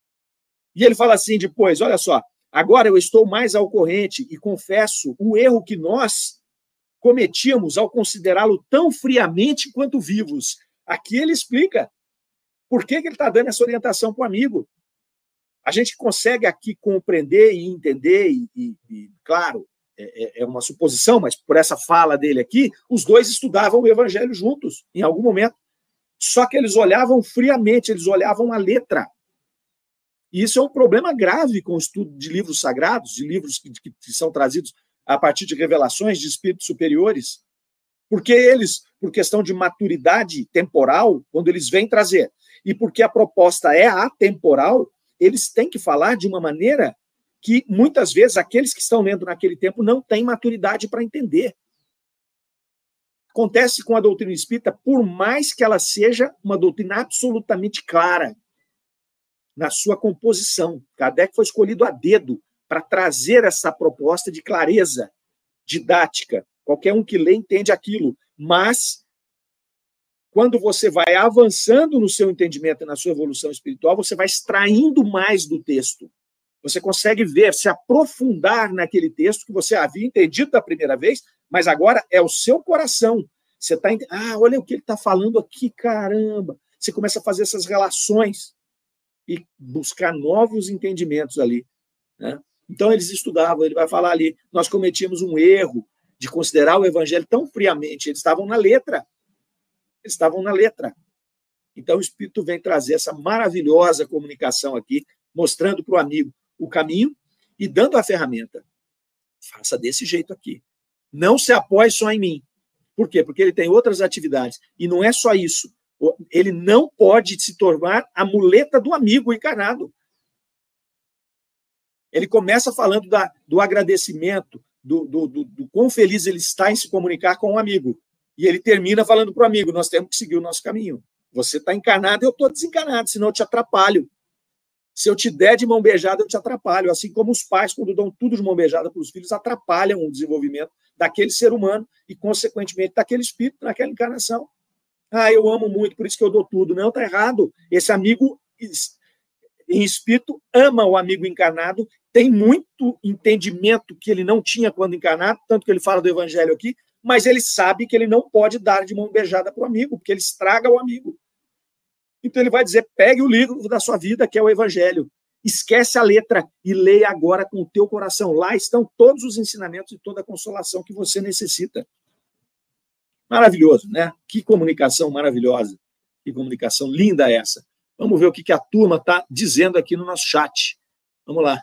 E ele fala assim depois, olha só, agora eu estou mais ao corrente e confesso o erro que nós cometíamos ao considerá-lo tão friamente quanto vivos. Aqui ele explica por que, que ele está dando essa orientação para o amigo. A gente consegue aqui compreender e entender, e, e, e claro, é uma suposição, mas por essa fala dele aqui, os dois estudavam o evangelho juntos, em algum momento. Só que eles olhavam friamente, eles olhavam a letra. E isso é um problema grave com o estudo de livros sagrados, de livros que, que são trazidos a partir de revelações de espíritos superiores, porque eles, por questão de maturidade temporal, quando eles vêm trazer, e porque a proposta é atemporal, eles têm que falar de uma maneira que, muitas vezes, aqueles que estão lendo naquele tempo não têm maturidade para entender. Acontece com a doutrina espírita, por mais que ela seja uma doutrina absolutamente clara na sua composição. Kardec foi escolhido a dedo para trazer essa proposta de clareza didática. Qualquer um que lê entende aquilo, mas quando você vai avançando no seu entendimento e na sua evolução espiritual, você vai extraindo mais do texto. Você consegue ver, se aprofundar naquele texto que você havia entendido da primeira vez, mas agora é o seu coração. Você está ent... Ah, olha o que ele está falando aqui, caramba. Você começa a fazer essas relações e buscar novos entendimentos ali, né? Então, eles estudavam, ele vai falar ali, nós cometíamos um erro de considerar o evangelho tão friamente. Eles estavam na letra. Eles estavam na letra. Então, o Espírito vem trazer essa maravilhosa comunicação aqui, mostrando para o amigo o caminho e dando a ferramenta. Faça desse jeito aqui. Não se apoie só em mim. Por quê? Porque ele tem outras atividades. E não é só isso. Ele não pode se tornar a muleta do amigo encarnado. Ele começa falando da, do agradecimento, do, do, do, do quão feliz ele está em se comunicar com o amigo. E ele termina falando para o amigo, nós temos que seguir o nosso caminho. Você está encarnado, eu estou desencarnado, senão eu te atrapalho. Se eu te der de mão beijada, eu te atrapalho. Assim como os pais, quando dão tudo de mão beijada para os filhos, atrapalham o desenvolvimento daquele ser humano e, consequentemente, daquele espírito naquela encarnação. Ah, eu amo muito, por isso que eu dou tudo. Não, está errado. Esse amigo em espírito ama o amigo encarnado, tem muito entendimento que ele não tinha quando encarnado, tanto que ele fala do evangelho aqui, mas ele sabe que ele não pode dar de mão beijada para o amigo, porque ele estraga o amigo. Então ele vai dizer, pegue o livro da sua vida, que é o evangelho, esquece a letra e leia agora com o teu coração. Lá estão todos os ensinamentos e toda a consolação que você necessita. Maravilhoso, né? Que comunicação maravilhosa, que comunicação linda essa. Vamos ver o que a turma está dizendo aqui no nosso chat. Vamos lá.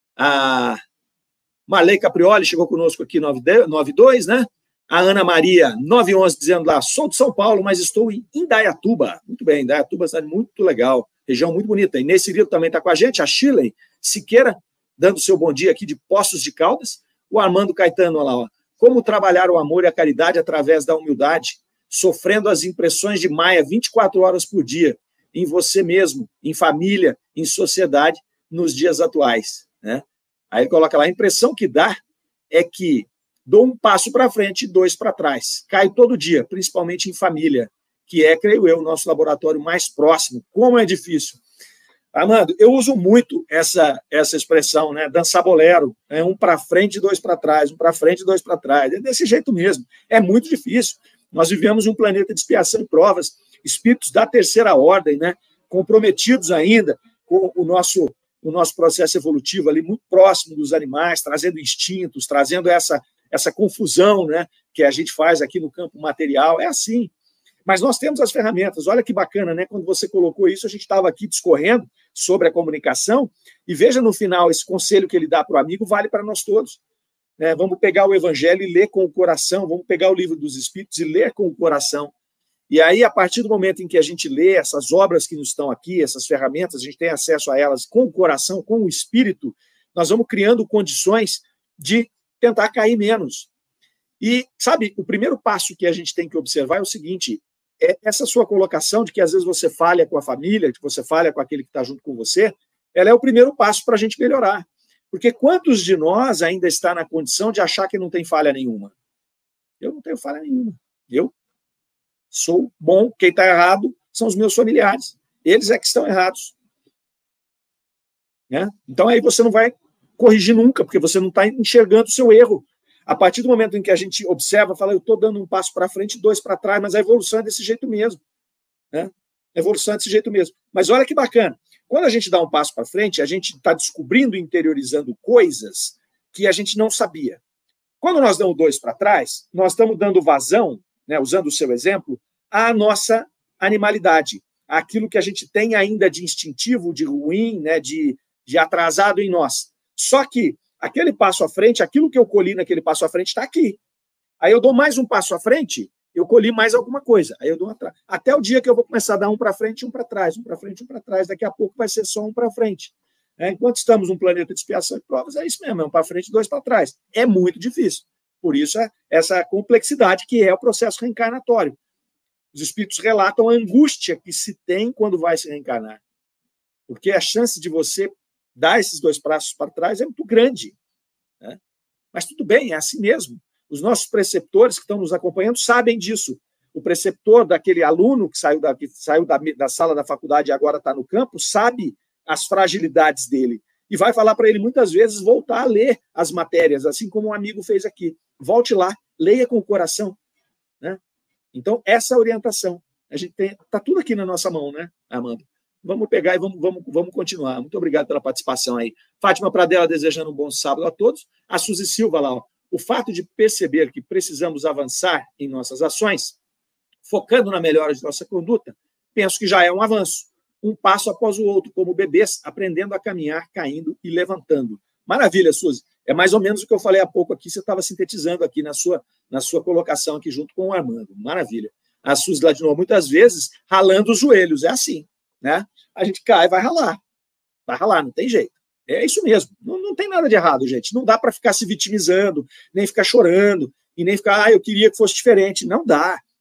A Marley Caprioli chegou conosco aqui, nove dois, né? A Ana Maria, nove onze, dizendo lá, sou de São Paulo, mas estou em Indaiatuba. Muito bem, Indaiatuba é uma cidade muito legal, região muito bonita. E nesse vídeo também está com a gente, a Shirley Siqueira, dando seu bom dia aqui de Poços de Caldas. O Armando Caetano, olha lá, ó. Como trabalhar o amor e a caridade através da humildade, sofrendo as impressões de Maia vinte e quatro horas por dia, em você mesmo, em família, em sociedade, nos dias atuais. Né? Aí ele coloca lá, a impressão que dá é que dou um passo para frente e dois para trás. Caio todo dia, principalmente em família, que é, creio eu, o nosso laboratório mais próximo. Como é difícil. Armando, eu uso muito essa, essa expressão, né? Dançar bolero, é um para frente e dois para trás, um para frente e dois para trás. É desse jeito mesmo. É muito difícil. Nós vivemos um planeta de expiação e provas, espíritos da terceira ordem, né? Comprometidos ainda com o nosso, o nosso processo evolutivo ali, muito próximo dos animais, trazendo instintos, trazendo essa, essa confusão, né? Que a gente faz aqui no campo material. É assim. Mas nós temos as ferramentas. Olha que bacana, né? Quando você colocou isso, a gente estava aqui discorrendo sobre a comunicação, e veja no final, esse conselho que ele dá para o amigo vale para nós todos. Né? Vamos pegar o evangelho e ler com o coração, vamos pegar o livro dos Espíritos e ler com o coração. E aí, a partir do momento em que a gente lê essas obras que nos estão aqui, essas ferramentas, a gente tem acesso a elas com o coração, com o espírito, nós vamos criando condições de tentar cair menos. E, sabe, o primeiro passo que a gente tem que observar é o seguinte, é essa sua colocação de que às vezes você falha com a família, que você falha com aquele que está junto com você, ela é o primeiro passo para a gente melhorar. Porque quantos de nós ainda está na condição de achar que não tem falha nenhuma? Eu não tenho falha nenhuma. Eu sou bom, quem está errado são os meus familiares. Eles é que estão errados. Né? Então aí você não vai corrigir nunca, porque você não está enxergando o seu erro. A partir do momento em que a gente observa, fala, eu estou dando um passo para frente e dois para trás, mas a evolução é desse jeito mesmo. Né? A evolução é desse jeito mesmo. Mas olha que bacana. Quando a gente dá um passo para frente, a gente está descobrindo e interiorizando coisas que a gente não sabia. Quando nós damos dois para trás, nós estamos dando vazão, né, usando o seu exemplo, à nossa animalidade, aquilo que a gente tem ainda de instintivo, de ruim, né, de, de atrasado em nós. Só que aquele passo à frente, aquilo que eu colhi naquele passo à frente está aqui. Aí eu dou mais um passo à frente, eu colhi mais alguma coisa. Aí eu dou atrás. Até o dia que eu vou começar a dar um para frente e um para trás, um para frente e um para trás. Daqui a pouco vai ser só um para frente. É, enquanto estamos num planeta de expiação e provas, é isso mesmo, é um para frente e dois para trás. É muito difícil. Por isso, é essa complexidade que é o processo reencarnatório. Os espíritos relatam a angústia que se tem quando vai se reencarnar. Porque a chance de você dar esses dois passos para trás é muito grande. Né? Mas tudo bem, é assim mesmo. Os nossos preceptores que estão nos acompanhando sabem disso. O preceptor daquele aluno que saiu da, que saiu da, da sala da faculdade e agora está no campo, sabe as fragilidades dele. E vai falar para ele muitas vezes voltar a ler as matérias, assim como um amigo fez aqui. Volte lá, leia com o coração. Né? Então, essa orientação. A gente tem, está tudo aqui na nossa mão, né, Amanda? Vamos pegar e vamos, vamos, vamos continuar. Muito obrigado pela participação aí. Fátima Pradella desejando um bom sábado a todos. A Suzy Silva lá, ó. O fato de perceber que precisamos avançar em nossas ações, focando na melhora de nossa conduta, penso que já é um avanço. Um passo após o outro, como bebês, aprendendo a caminhar, caindo e levantando. Maravilha, Suzy. É mais ou menos o que eu falei há pouco aqui, você estava sintetizando aqui na sua, na sua colocação aqui junto com o Armando. Maravilha. A Suzy lá de novo, muitas vezes, ralando os joelhos. É assim. Né? A gente cai e vai ralar. Vai ralar, não tem jeito. É isso mesmo. Não, não tem nada de errado, gente. Não dá para ficar se vitimizando, nem ficar chorando, e nem ficar, ah, eu queria que fosse diferente. Não dá.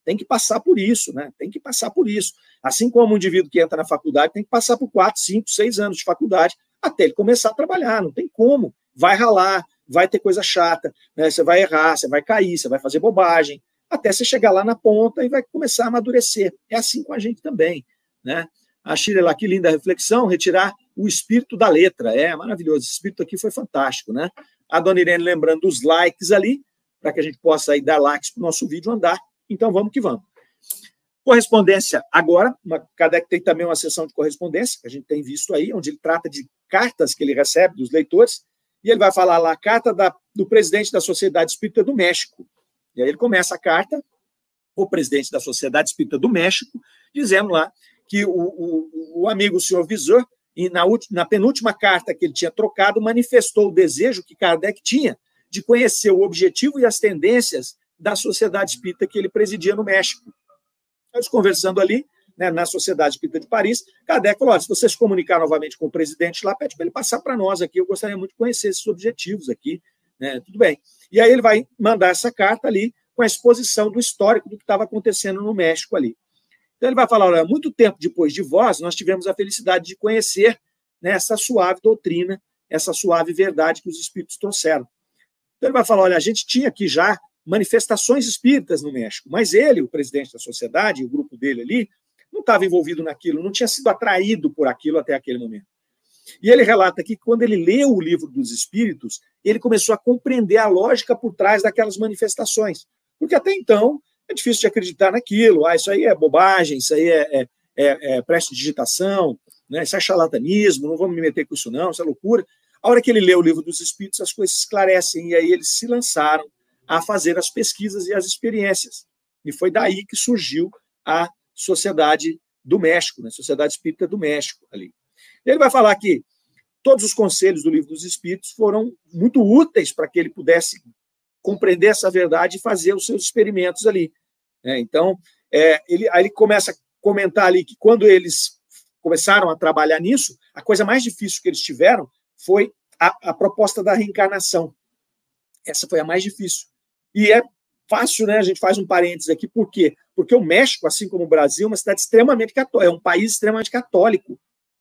tem que passar por isso, né? Tem que passar por isso. Assim como um indivíduo que entra na faculdade tem que passar por quatro, cinco, seis anos de faculdade até ele começar a trabalhar, não tem como. Vai ralar, vai ter coisa chata, né? Você vai errar, você vai cair, você vai fazer bobagem, até você chegar lá na ponta e vai começar a amadurecer. É assim com a gente também, né? A Shirley lá, que linda reflexão, retirar o espírito da letra. É maravilhoso, esse espírito aqui foi fantástico, né? A dona Irene lembrando dos likes ali, para que a gente possa aí dar likes para o nosso vídeo andar. Então, vamos que vamos. Correspondência agora, uma, Kardec tem também uma sessão de correspondência, que a gente tem visto aí, onde ele trata de cartas que ele recebe dos leitores, e ele vai falar lá a carta da, do presidente da Sociedade Espírita do México. E aí ele começa a carta, o presidente da Sociedade Espírita do México, dizendo lá que o, o, o amigo, o senhor Visor, e na, na penúltima carta que ele tinha trocado, manifestou o desejo que Kardec tinha de conhecer o objetivo e as tendências da Sociedade Espírita que ele presidia no México. Nós conversando ali, né, na Sociedade Espírita de Paris, Kardec falou, se você se comunicar novamente com o presidente lá, pede para ele passar para nós aqui, eu gostaria muito de conhecer esses objetivos aqui, né, tudo bem. E aí ele vai mandar essa carta ali com a exposição do histórico do que estava acontecendo no México ali. Então ele vai falar, olha, muito tempo depois de vós, nós tivemos a felicidade de conhecer, né, essa suave doutrina, essa suave verdade que os espíritos trouxeram. Então ele vai falar, olha, a gente tinha aqui já manifestações espíritas no México, mas ele, o presidente da sociedade, o grupo dele ali, não estava envolvido naquilo, não tinha sido atraído por aquilo até aquele momento. E ele relata que quando ele leu o livro dos Espíritos, ele começou a compreender a lógica por trás daquelas manifestações, porque até então é difícil de acreditar naquilo, ah, isso aí é bobagem, isso aí é, é, é, é prestidigitação, né, isso é charlatanismo, não vamos me meter com isso não, isso é loucura. A hora que ele lê o livro dos Espíritos, as coisas se esclarecem, e aí eles se lançaram a fazer as pesquisas e as experiências. E foi daí que surgiu a Sociedade do México, né? Sociedade Espírita do México. Ali. Ele vai falar que todos os conselhos do Livro dos Espíritos foram muito úteis para que ele pudesse compreender essa verdade e fazer os seus experimentos ali. É, então, é, ele, aí ele começa a comentar ali que quando eles começaram a trabalhar nisso, a coisa mais difícil que eles tiveram foi a, a proposta da reencarnação. Essa foi a mais difícil. E é fácil, né? A gente faz um parênteses aqui, por quê? Porque o México, assim como o Brasil, é uma cidade extremamente católica, é um país extremamente católico.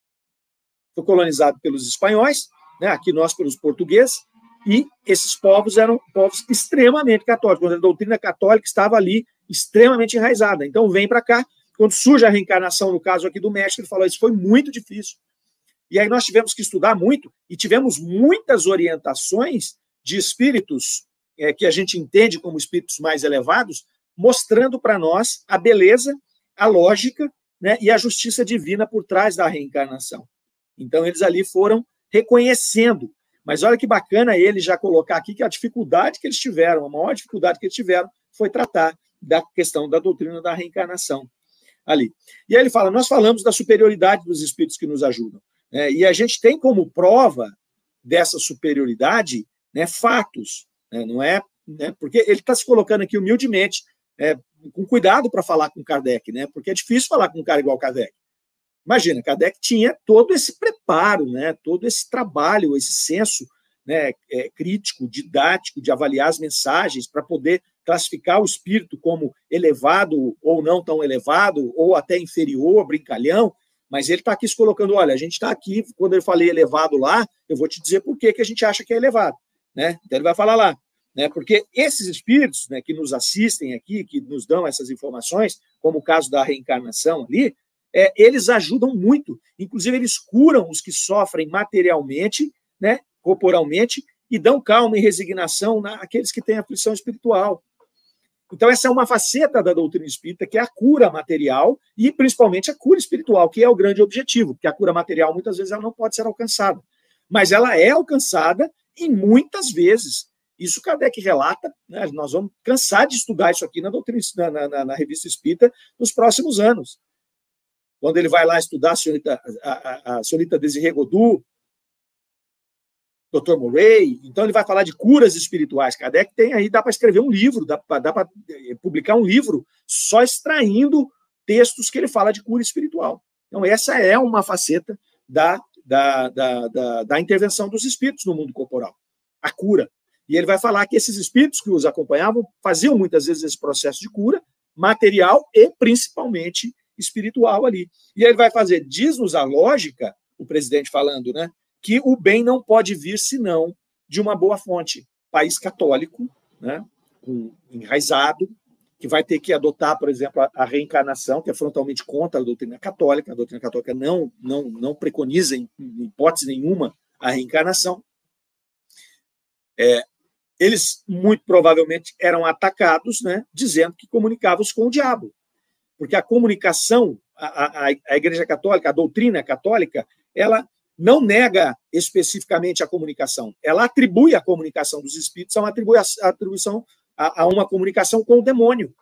Foi colonizado pelos espanhóis, né? Aqui nós pelos portugueses, e esses povos eram povos extremamente católicos, quando a doutrina católica estava ali extremamente enraizada. Então vem para cá, quando surge a reencarnação, no caso aqui do México, ele falou, isso foi muito difícil. E aí nós tivemos que estudar muito, e tivemos muitas orientações de espíritos é, que a gente entende como espíritos mais elevados, mostrando para nós a beleza, a lógica, né, e a justiça divina por trás da reencarnação. Então, eles ali foram reconhecendo. Mas olha que bacana ele já colocar aqui que a dificuldade que eles tiveram, a maior dificuldade que eles tiveram foi tratar da questão da doutrina da reencarnação ali. E aí ele fala, nós falamos da superioridade dos espíritos que nos ajudam. Né, e a gente tem como prova dessa superioridade, né, fatos, né, não é, né, porque ele está se colocando aqui humildemente, é, com cuidado para falar com Kardec, né, porque é difícil falar com um cara igual Kardec. Imagina, Kardec tinha todo esse preparo, né, todo esse trabalho, esse senso, né, é, crítico, didático, de avaliar as mensagens para poder classificar o espírito como elevado ou não tão elevado, ou até inferior, brincalhão. Mas ele está aqui se colocando, olha, a gente está aqui, quando eu falei elevado lá, eu vou te dizer por que, que a gente acha que é elevado. Né? Então ele vai falar lá, né? Porque esses espíritos, né, que nos assistem aqui, que nos dão essas informações, como o caso da reencarnação ali, é, eles ajudam muito, inclusive eles curam os que sofrem materialmente, né, corporalmente, e dão calma e resignação naqueles que têm aflição espiritual. Então, essa é uma faceta da doutrina espírita, que é a cura material e, principalmente, a cura espiritual, que é o grande objetivo, porque a cura material, muitas vezes, ela não pode ser alcançada. Mas ela é alcançada e, muitas vezes, isso Kardec relata, né, nós vamos cansar de estudar isso aqui na, doutrina, na, na, na Revista Espírita nos próximos anos. Quando ele vai lá estudar a senhorita, a, a, a senhorita Desirê Godu, doutor Murray, então ele vai falar de curas espirituais. Kardec tem aí, dá para escrever um livro, dá para publicar um livro só extraindo textos que ele fala de cura espiritual. Então essa é uma faceta da, da, da, da, da intervenção dos espíritos no mundo corporal, a cura. E ele vai falar que esses espíritos que os acompanhavam faziam muitas vezes esse processo de cura, material e principalmente espiritual ali. E ele vai fazer, diz-nos a lógica, o presidente falando, né, que o bem não pode vir senão de uma boa fonte. País católico, né, enraizado, que vai ter que adotar, por exemplo, a, a reencarnação, que é frontalmente contra a doutrina católica. A doutrina católica não, não, não preconiza, em, em hipótese nenhuma, a reencarnação. É, eles, muito provavelmente, eram atacados, né, dizendo que comunicavam-se com o diabo. Porque a comunicação, a, a, a Igreja Católica, a doutrina católica, ela não nega especificamente a comunicação. Ela atribui a comunicação dos espíritos a uma atribuição a, a uma comunicação com o demônio.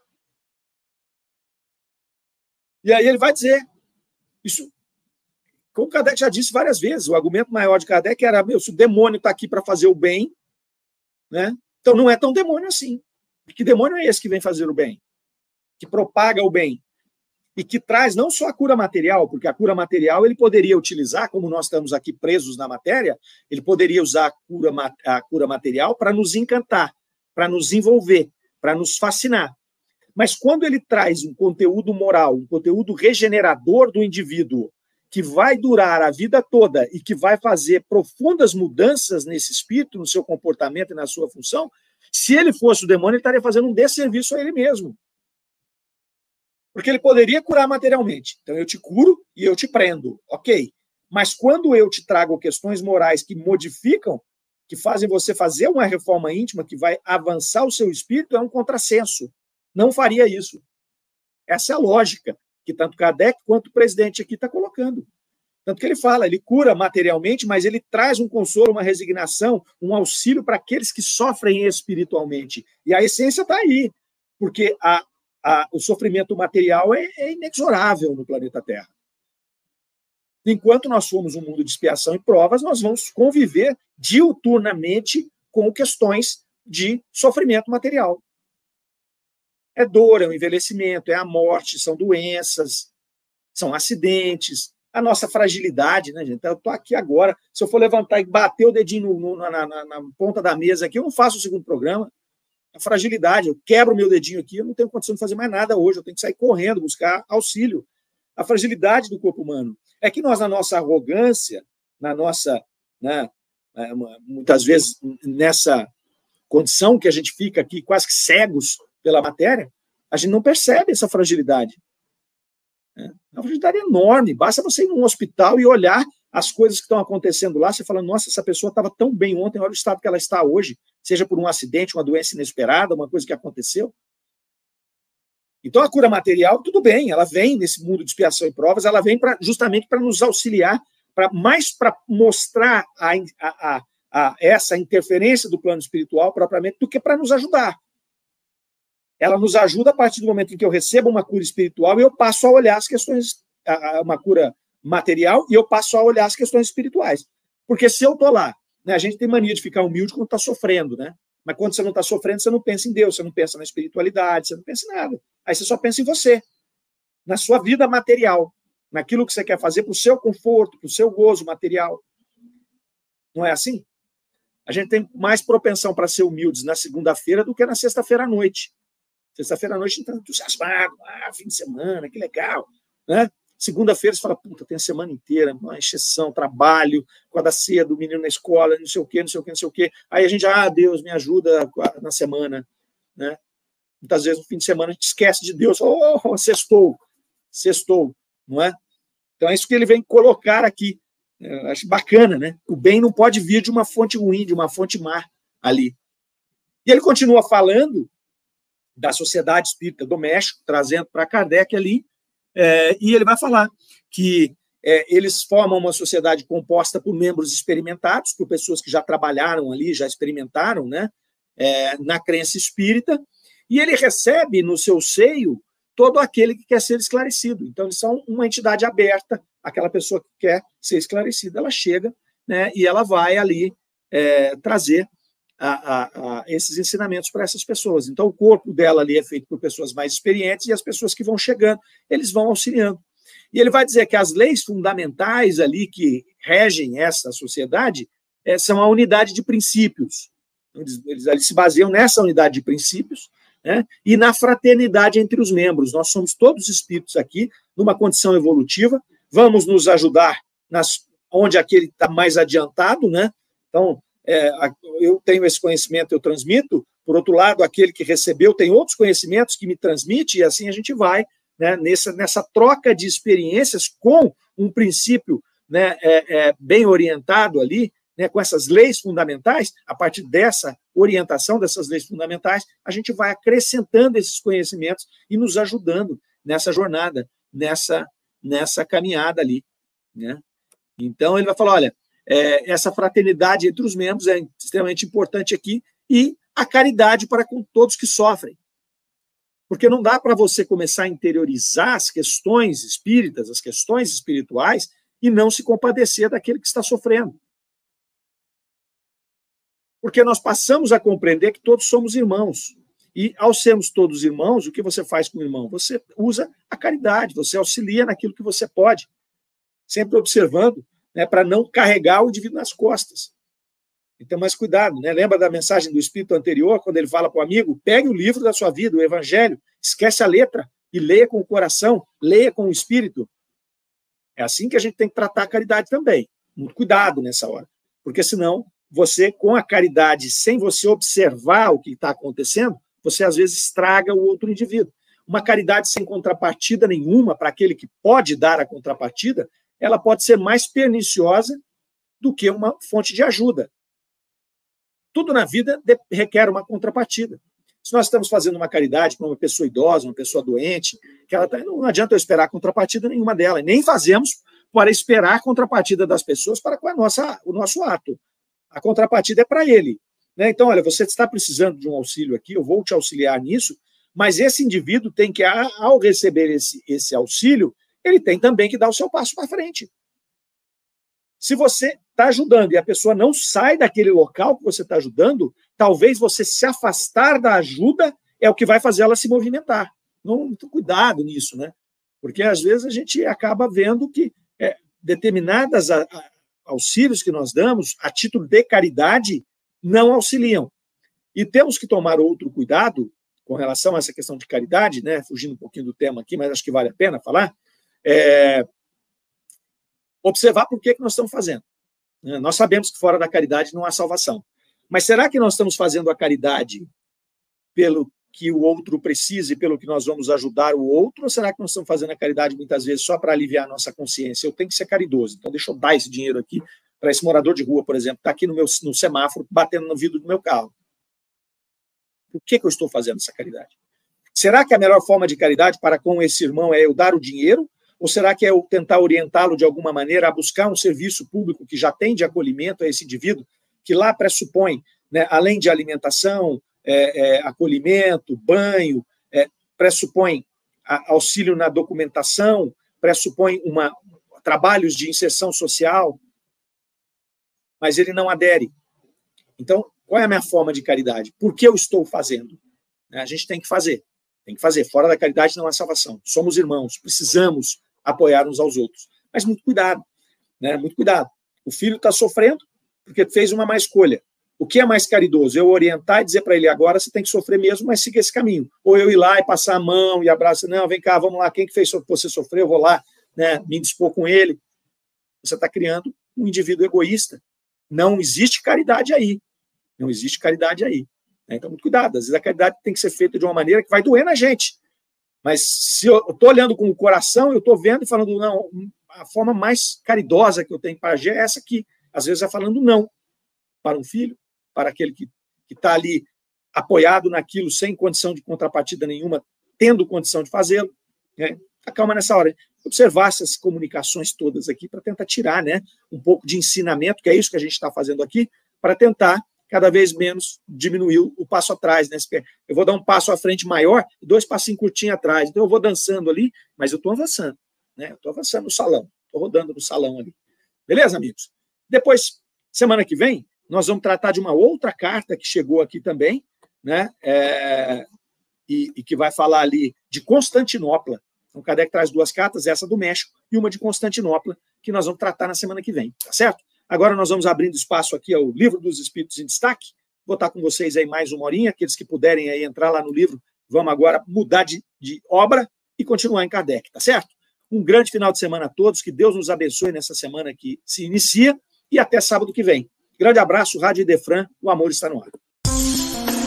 E aí ele vai dizer, isso, como Kardec já disse várias vezes, o argumento maior de Kardec era, meu, se o demônio está aqui para fazer o bem, né, então não é tão demônio assim. Que demônio é esse que vem fazer o bem? Que propaga o bem? E que traz não só a cura material, porque a cura material ele poderia utilizar, como nós estamos aqui presos na matéria, ele poderia usar a cura, a cura material para nos encantar, para nos envolver, para nos fascinar. Mas quando ele traz um conteúdo moral, um conteúdo regenerador do indivíduo, que vai durar a vida toda e que vai fazer profundas mudanças nesse espírito, no seu comportamento e na sua função, se ele fosse o demônio, ele estaria fazendo um desserviço a ele mesmo. Porque ele poderia curar materialmente. Então, eu te curo e eu te prendo. Ok. Mas quando eu te trago questões morais que modificam, que fazem você fazer uma reforma íntima, que vai avançar o seu espírito, é um contrassenso. Não faria isso. Essa é a lógica que tanto Kardec quanto o presidente aqui está colocando. Tanto que ele fala, ele cura materialmente, mas ele traz um consolo, uma resignação, um auxílio para aqueles que sofrem espiritualmente. E a essência está aí. Porque a A, o sofrimento material é, é inexorável no planeta Terra. Enquanto nós somos um mundo de expiação e provas, nós vamos conviver diuturnamente com questões de sofrimento material. É dor, é o envelhecimento, é a morte, são doenças, são acidentes, a nossa fragilidade, né, gente? Eu estou aqui agora, se eu for levantar e bater o dedinho no, no, na, na, na ponta da mesa aqui, eu não faço o segundo programa. A fragilidade, eu quebro o meu dedinho aqui, eu não tenho condição de fazer mais nada hoje, eu tenho que sair correndo, buscar auxílio. A fragilidade do corpo humano. É que nós, na nossa arrogância, na nossa, né, muitas vezes, nessa condição que a gente fica aqui, quase que cegos pela matéria, a gente não percebe essa fragilidade. É uma fragilidade enorme, basta você ir num hospital e olhar as coisas que estão acontecendo lá, você fala, nossa, essa pessoa estava tão bem ontem, olha o estado que ela está hoje, seja por um acidente, uma doença inesperada, uma coisa que aconteceu. Então, a cura material, tudo bem, ela vem nesse mundo de expiação e provas, ela vem pra, justamente para nos auxiliar, pra, mais para mostrar a, a, a, a essa interferência do plano espiritual propriamente, do que para nos ajudar. Ela nos ajuda a partir do momento em que eu recebo uma cura espiritual e eu passo a olhar as questões, a, a, uma cura material, e eu passo a olhar as questões espirituais. Porque se eu estou lá, né, a gente tem mania de ficar humilde quando está sofrendo, né? Mas quando você não está sofrendo, você não pensa em Deus, você não pensa na espiritualidade, você não pensa em nada. Aí você só pensa em você, na sua vida material, naquilo que você quer fazer para o seu conforto, para o seu gozo material. Não é assim? A gente tem mais propensão para ser humildes na segunda-feira do que na sexta-feira à noite. Sexta-feira à noite a gente está entusiasmado, ah, fim de semana, que legal, né? Segunda-feira você fala, puta, tem a semana inteira, uma encheção, trabalho, com a da ceia do menino na escola, não sei o quê, não sei o quê, não sei o quê. Aí a gente, ah, Deus, me ajuda na semana, né? Muitas vezes no fim de semana a gente esquece de Deus, oh, sextou, sextou, não é? Então é isso que ele vem colocar aqui. Eu acho bacana, né? O bem não pode vir de uma fonte ruim, de uma fonte má ali. E ele continua falando da Sociedade Espírita do México, trazendo para Kardec ali, É, e ele vai falar que é, eles formam uma sociedade composta por membros experimentados, por pessoas que já trabalharam ali, já experimentaram, né, é, na crença espírita, e ele recebe no seu seio todo aquele que quer ser esclarecido. Então, eles são uma entidade aberta, aquela pessoa que quer ser esclarecida, ela chega, né, e ela vai ali é, trazer A, a, a esses ensinamentos para essas pessoas. Então, o corpo dela ali é feito por pessoas mais experientes e as pessoas que vão chegando, eles vão auxiliando. E ele vai dizer que as leis fundamentais ali que regem essa sociedade é, são a unidade de princípios. Eles, eles, eles se baseiam nessa unidade de princípios, né? E na fraternidade entre os membros. Nós somos todos espíritos aqui, numa condição evolutiva, vamos nos ajudar nas, onde aquele está mais adiantado, né? Então, é, eu tenho esse conhecimento, eu transmito, por outro lado, aquele que recebeu tem outros conhecimentos que me transmite, e assim a gente vai, né, nessa, nessa troca de experiências com um princípio, né, é, é, bem orientado ali, né, com essas leis fundamentais. A partir dessa orientação dessas leis fundamentais, a gente vai acrescentando esses conhecimentos e nos ajudando nessa jornada, nessa, nessa caminhada ali, né? Então, ele vai falar, olha, é, essa fraternidade entre os membros é extremamente importante aqui, e a caridade para com todos que sofrem. Porque não dá para você começar a interiorizar as questões espíritas, as questões espirituais, e não se compadecer daquele que está sofrendo. Porque nós passamos a compreender que todos somos irmãos. E, ao sermos todos irmãos, o que você faz com o irmão? Você usa a caridade, você auxilia naquilo que você pode, sempre observando, né, para não carregar o indivíduo nas costas. Então, mais cuidado, né? Lembra da mensagem do Espírito anterior, quando ele fala para o amigo, pegue o livro da sua vida, o Evangelho, esquece a letra e leia com o coração, leia com o Espírito. É assim que a gente tem que tratar a caridade também. Muito cuidado nessa hora, porque senão você, com a caridade, sem você observar o que está acontecendo, você às vezes estraga o outro indivíduo. Uma caridade sem contrapartida nenhuma para aquele que pode dar a contrapartida, ela pode ser mais perniciosa do que uma fonte de ajuda. Tudo na vida requer uma contrapartida. Se nós estamos fazendo uma caridade para uma pessoa idosa, uma pessoa doente, que ela tá, não adianta eu esperar contrapartida nenhuma dela, nem fazemos para esperar a contrapartida das pessoas para com a nossa, o nosso ato. A contrapartida é para ele, né? Então, olha, você está precisando de um auxílio aqui, eu vou te auxiliar nisso, mas esse indivíduo tem que, ao receber esse, esse auxílio, ele tem também que dar o seu passo para frente. Se você está ajudando e a pessoa não sai daquele local que você está ajudando, talvez você se afastar da ajuda é o que vai fazer ela se movimentar. Não, muito cuidado nisso, né? Porque às vezes a gente acaba vendo que é, determinadas a, a, auxílios que nós damos, a título de caridade, não auxiliam. E temos que tomar outro cuidado com relação a essa questão de caridade, né? Fugindo um pouquinho do tema aqui, mas acho que vale a pena falar. É, observar por que, que nós estamos fazendo. Nós sabemos que fora da caridade não há salvação. Mas será que nós estamos fazendo a caridade pelo que o outro precisa e pelo que nós vamos ajudar o outro? Ou será que nós estamos fazendo a caridade muitas vezes só para aliviar a nossa consciência? Eu tenho que ser caridoso, então deixa eu dar esse dinheiro aqui para esse morador de rua, por exemplo, que está aqui no, meu, no semáforo batendo no vidro do meu carro. Por que, que eu estou fazendo essa caridade? Será que a melhor forma de caridade para com esse irmão é eu dar o dinheiro? Ou será que é eu tentar orientá-lo de alguma maneira a buscar um serviço público que já tem de acolhimento a esse indivíduo, que lá pressupõe, né, além de alimentação, é, é, acolhimento, banho, é, pressupõe a, auxílio na documentação, pressupõe uma, trabalhos de inserção social, mas ele não adere. Então, qual é a minha forma de caridade? Por que eu estou fazendo? A gente tem que fazer, tem que fazer. Fora da caridade não há salvação. Somos irmãos, precisamos apoiar uns aos outros. Mas muito cuidado, né? Muito cuidado. O filho está sofrendo porque fez uma má escolha. O que é mais caridoso? Eu orientar e dizer para ele, agora você tem que sofrer mesmo, mas siga esse caminho. Ou eu ir lá e passar a mão e abraçar, não, vem cá, vamos lá, quem que fez você sofrer, eu vou lá, né, me dispor com ele. Você está criando um indivíduo egoísta. Não existe caridade aí. Não existe caridade aí. Então, muito cuidado. Às vezes a caridade tem que ser feita de uma maneira que vai doer na gente. Mas se eu estou olhando com o coração, eu estou vendo e falando, não, a forma mais caridosa que eu tenho para agir é essa aqui. Às vezes é falando não para um filho, para aquele que está ali apoiado naquilo, sem condição de contrapartida nenhuma, tendo condição de fazê-lo. Né? Acalma nessa hora. Observar essas comunicações todas aqui para tentar tirar, né, um pouco de ensinamento, que é isso que a gente está fazendo aqui, para tentar cada vez menos diminuir o passo atrás, né? Eu vou dar um passo à frente maior e dois passinhos curtinhos atrás. Então eu vou dançando ali, mas eu estou avançando, né? Eu estou avançando no salão, estou rodando no salão ali. Beleza, amigos? Depois, semana que vem, nós vamos tratar de uma outra carta que chegou aqui também, né? É, e, e que vai falar ali de Constantinopla. Então, o Kardec traz duas cartas, essa do México e uma de Constantinopla, que nós vamos tratar na semana que vem, tá certo? Agora nós vamos abrindo espaço aqui ao Livro dos Espíritos em Destaque. Vou estar com vocês aí mais uma horinha, aqueles que puderem aí entrar lá no livro, vamos agora mudar de, de obra e continuar em Kardec, tá certo? Um grande final de semana a todos, que Deus nos abençoe nessa semana que se inicia e até sábado que vem. Grande abraço, Rádio Idefran, o amor está no ar.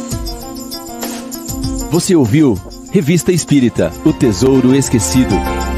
Você ouviu Revista Espírita, o Tesouro Esquecido.